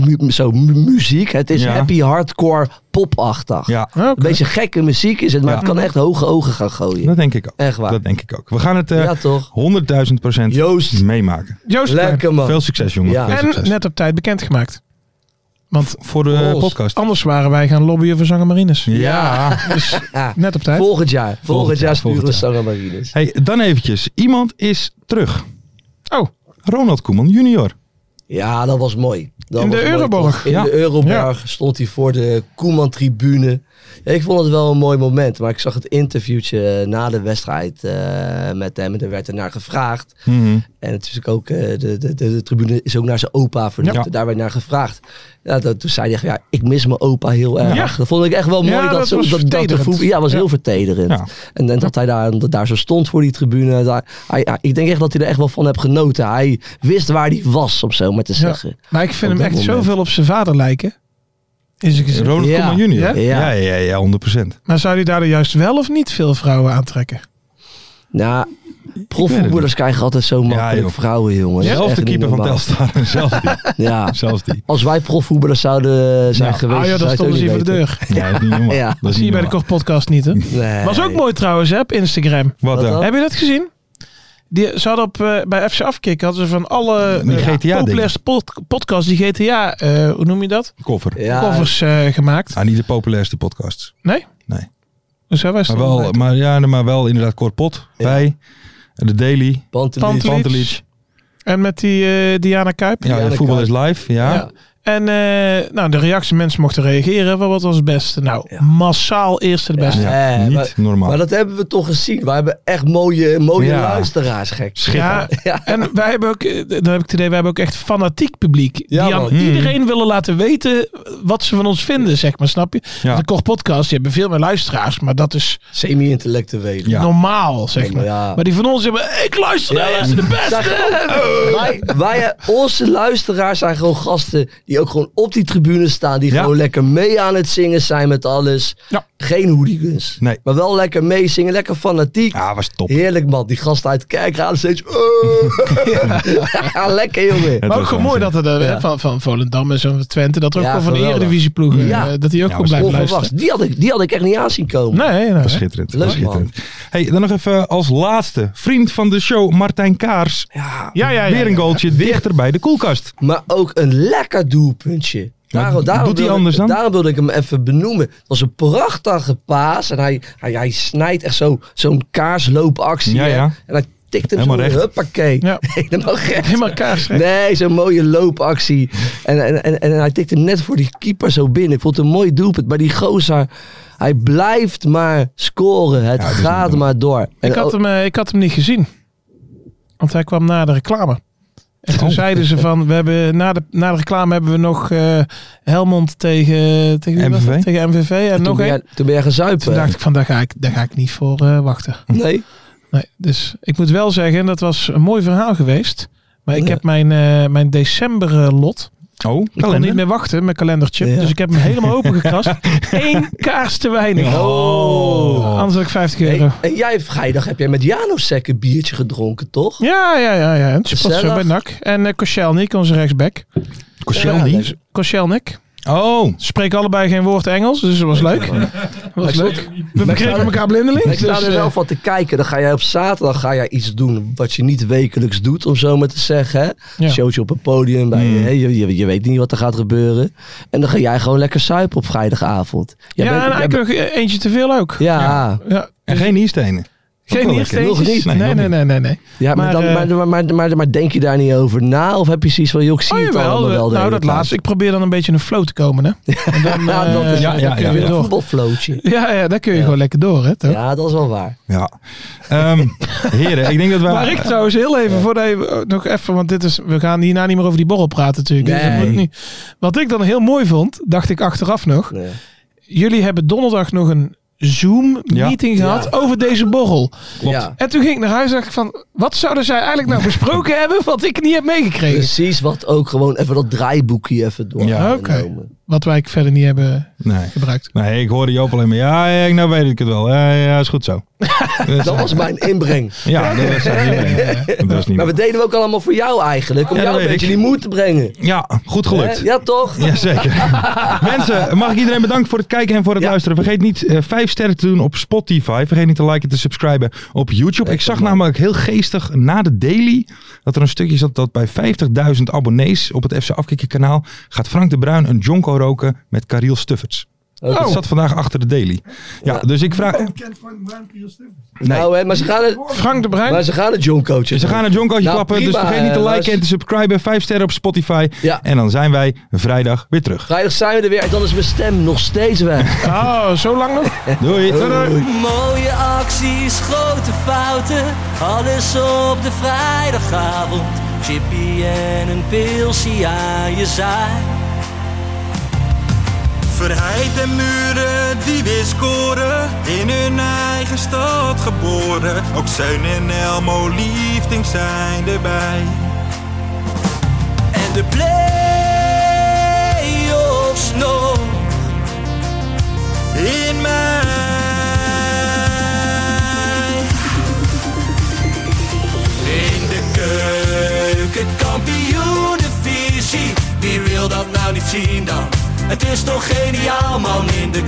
muziek. Het is Ja. happy hardcore popachtig. Ja, Oké. Een beetje gekke muziek is het, maar Ja. het kan echt hoge ogen gaan gooien. dat denk ik ook. Echt waar. Dat denk ik ook. We gaan het Ja, toch? 100.000% Joost. meemaken. Joost Lekker man. Veel succes, jongen. Ja. Veel En succes. net op tijd bekendgemaakt. Want Voor de Voor ons. podcast. anders waren wij gaan lobbyen voor Zanger Marines. Ja. Dus Ja. net op tijd. Volgend jaar. Volgend jaar sturen we volgend Sarah Marines. Hey, dan eventjes. Iemand is terug. Oh, Ronald Koeman junior. Ja, dat was mooi. Dat In de was mooi, Euroborg. toch? In Ja. de Euroborg stond hij voor de Koeman-tribune. Ja, ik vond het wel een mooi moment. Maar ik zag het interviewtje na de wedstrijd met hem. En er werd er naar gevraagd. En het is ook de tribune is ook naar zijn opa vernoemd. Ja. Daar werd naar gevraagd. Ja, toen zei hij, ik mis mijn opa heel erg. Ja. Dat vond ik echt wel mooi. Ja, dat was heel vertederend. Ja. En dat hij daar zo stond voor die tribune. Ik denk echt dat hij er echt wel van heeft genoten. Hij wist waar hij was, om zo maar te zeggen. Ja. Maar ik vind hem echt zoveel op zijn vader lijken. Ronald Koeman junior. Ja, 100%. Maar zou hij daardoor juist wel of niet veel vrouwen aantrekken? Nou, profvoetballers krijgen altijd zo makkelijk vrouwen, jongens. Zelfs de keeper van Telstar. Zelfs die. Als wij profvoetballers zouden zijn geweest... dan stonden ze hier voor de deur. Ja, dat is niet normaal. Dat zie je bij de Koch podcast niet, hè? Nee. Was ook mooi trouwens, hè, op Instagram. Wat dan? Heb je dat gezien? Ze hadden bij FC Afkick hadden ze van alle populairste podcasts die GTA, hoe noem je dat? Covers gemaakt. Niet de populairste podcasts. Nee? Nee. Maar wel inderdaad Kort Pot bij. De Daily. Pantelic. En met die Diana Kuip. Ja, Voetbal is live. Ja. En de reactie, mensen mochten reageren. Wat was het beste? Nou, massaal eerste de beste. Ja, niet normaal. Maar dat hebben we toch gezien. Wij hebben echt mooie luisteraars, gek. Ja. En wij hebben ook, dan heb ik het idee, wij hebben ook echt fanatiek publiek. Die aan iedereen willen laten weten wat ze van ons vinden, zeg maar, snap je? Ja. De Koch podcast, die hebben veel meer luisteraars, maar dat is... semi-intellectueel. Normaal, zeg maar. Ja. Maar die van ons hebben, ik luister naar eerste de beste. Onze luisteraars zijn gewoon gasten die ook gewoon op die tribune staan. Die gewoon lekker mee aan het zingen zijn met alles. Ja. Geen hooligans. Nee. Maar wel lekker meezingen. Lekker fanatiek. Ja, was top. Heerlijk, man. Die gasten uit de kerk gaan steeds... lekker, jongen. Maar ook gewoon mooi dat er van Volendam en zo Twente... dat er ook gewoon van de eredivisieploegen... dat die ook gewoon blijven luisteren. Die had ik echt niet aan zien komen. Nee. Schitterend. Hey, dan nog even als laatste. Vriend van de show, Martijn Kaars. Weer een goaltje dichter bij de koelkast. Maar ook een lekker doelpuntje. Doet hij anders dan? Daarom wilde ik hem even benoemen. Het was een prachtige paas. En hij snijdt echt zo'n kaarsloopactie. Ja. En hij tikt hem helemaal zo, huppakee. Ja. Helemaal recht. Helemaal kaarsrecht. Nee, zo'n mooie loopactie. En hij tikt hem net voor die keeper zo binnen. Ik vond het een mooi doelpunt. Maar die gozer, hij blijft maar scoren. Het gaat maar door. Ik had hem niet gezien. Want hij kwam na de reclame. En toen zeiden ze van, we hebben na de reclame hebben we nog Helmond tegen MVV. Tegen MVV en nog één. Toen ben je gezuipen. Toen dacht ik van, daar ga ik niet voor wachten. Nee. Dus ik moet wel zeggen, dat was een mooi verhaal geweest. Maar ik heb mijn december lot. Ik kon niet meer wachten, mijn kalendertje. Ja. Dus ik heb hem helemaal opengekrast. 1 kaars te weinig. Anders had ik 50 euro. En jij vrijdag heb jij met Janosek een biertje gedronken, toch? Ja. Het spot zo bij NAC. En Koscielnik, onze rechtsback. Koscielnik. Spreken allebei geen woord Engels, dus dat was leuk. We begrepen elkaar blindelings. Ik sta er wel van te kijken. Dan ga jij op zaterdag iets doen wat je niet wekelijks doet, om zo maar te zeggen. Hè? Ja. Showtje op een podium. Je weet niet wat er gaat gebeuren. En dan ga jij gewoon lekker suipen op vrijdagavond. En eigenlijk nog eentje te veel ook. Ja. En geen nierstenen. Geen niersteentjes? Nee. Ja, maar denk je daar niet over na? Of heb je zoiets van, ik zie het allemaal wel. Nou, dat laatste. Ik probeer dan een beetje in een flow te komen, hè. En dan, dan kun je weer een voetbalflowtje. Ja, daar kun je gewoon lekker door, hè. Toch? Ja, dat is wel waar. Ja. Heren, ik denk dat we... Maar ik trouwens heel even, voordat je nog even, want we gaan hierna niet meer over die borrel praten natuurlijk. Nee. Dus dat moet niet. Wat ik dan heel mooi vond, dacht ik achteraf nog. Nee. Jullie hebben donderdag nog een Zoom-meeting gehad over deze borrel. Ja. En toen ging ik naar huis en dacht ik van, wat zouden zij eigenlijk nou besproken hebben wat ik niet heb meegekregen? Precies, wat ook gewoon even dat draaiboekje even door. Ja, oké. Wat wij verder niet hebben gebruikt. Nee, ik hoorde Joop alleen maar, nou weet ik het wel. Ja, is goed zo. Dat was mijn inbreng. Ja, dat was zijn inbreng. Maar we deden ook allemaal voor jou eigenlijk. Om jou een beetje die moed te brengen. Ja, goed gelukt. Ja, toch? Jazeker. Mensen, mag ik iedereen bedanken voor het kijken en voor het luisteren. Vergeet niet 5 sterren te doen op Spotify. Vergeet niet te liken en te subscriben op YouTube. Ik zag namelijk heel geestig na de Daily dat er een stukje zat dat bij 50.000 abonnees op het FC Afkikken kanaal gaat Frank de Bruin een jonko roken met Kariel Stufferts. Dat zat vandaag achter de Daily. Ja, dus ik vraag... Kent Frank de Bruin Kiel Stiffers? Nee. Nou, maar ze gaan het... Frank de Bruin? Maar ze gaan het John coachen. Ze gaan het John coachen klappen. prima, Dus vergeet niet te liken Lars. en te subscriben. 5 sterren op Spotify. Ja. En dan zijn wij vrijdag weer terug. Vrijdag zijn we er weer. En dan is mijn stem nog steeds weg. Oh, zo lang nog? Doei. Mooie acties, grote fouten, alles op de vrijdagavond. Chippy en een pilsie aan je zaai. Verheid en Muren die weer scoren, in hun eigen stad geboren. Ook Zeun en Elmo liefding zijn erbij. En de play-offs nog in mei. in de keukenkampioenenvisie. Wie wil dat nou niet zien dan? Het is toch geniaal man, in de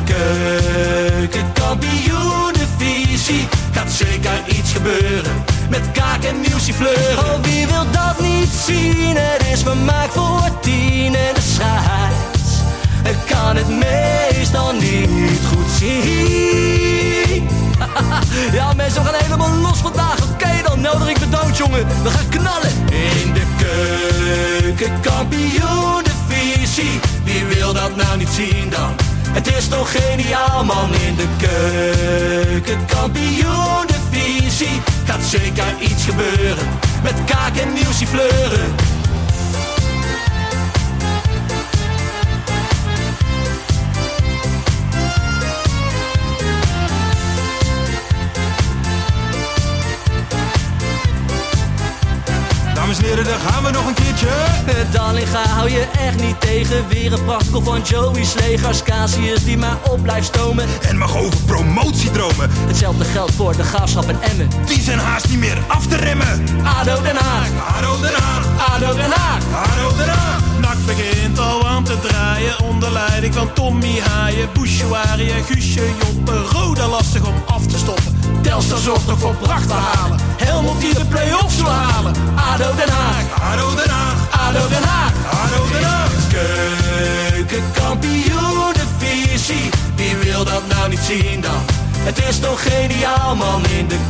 keukenkampioenenvisie. Gaat zeker iets gebeuren, met kaak en nieuwsie fleuren. Oh, wie wil dat niet zien? Het is vermaakt voor 10 en de scheids. Ik kan het meestal niet goed zien. Ja mensen, we gaan helemaal los vandaag. Oké, dan nodig ik bedankt jongen. We gaan knallen. In de keukenkampioenenvisie. Wie wil dat nou niet zien dan? Het is toch geniaal man, in de keukenkampioenenvisie. Gaat zeker iets gebeuren, met kaak en nieuwsie fleuren. Dames en heren, daar gaan we nog een keertje. Dallinga hou je echt niet tegen. Weer een prachtkel van Joey's legers. Casius die maar op blijft stomen. En mag over promotiedromen. Hetzelfde geldt voor de Graafschap en Emmen. Die zijn haast niet meer af te remmen. ADO Den Haag, ADO Den Haag, ADO Den Haag. ADO Den Haag. NAC begint al aan te draaien onder leiding van Tommy Haaien, Bouchouari en Guusje Joppen. Roda lastig om af te stoppen. Telstar zorgt nog voor pracht te halen. Helmond die de play-offs wil halen. ADO Den Haag, ADO Den Haag, ADO Den Haag. ADO Den Haag. Keukenkampioenenvisie. Wie wil dat nou niet zien dan? Het is toch geniaal man, in de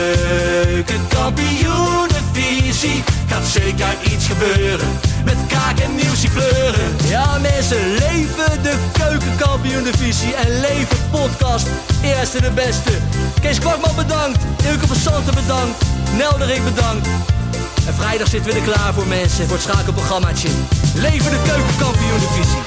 keukenkampioenenvisie. Gaat zeker iets gebeuren, met kaak en nieuwsie kleuren. Ja mensen, leven de keukenkampioenenvisie en leven podcast. Eerste de beste. Kees Kwakman bedankt, Ilke van Santen bedankt, Nelderik bedankt. En vrijdag zitten we er klaar voor mensen, voor het schakelprogrammaatje. Leven de keukenkampioenenvisie.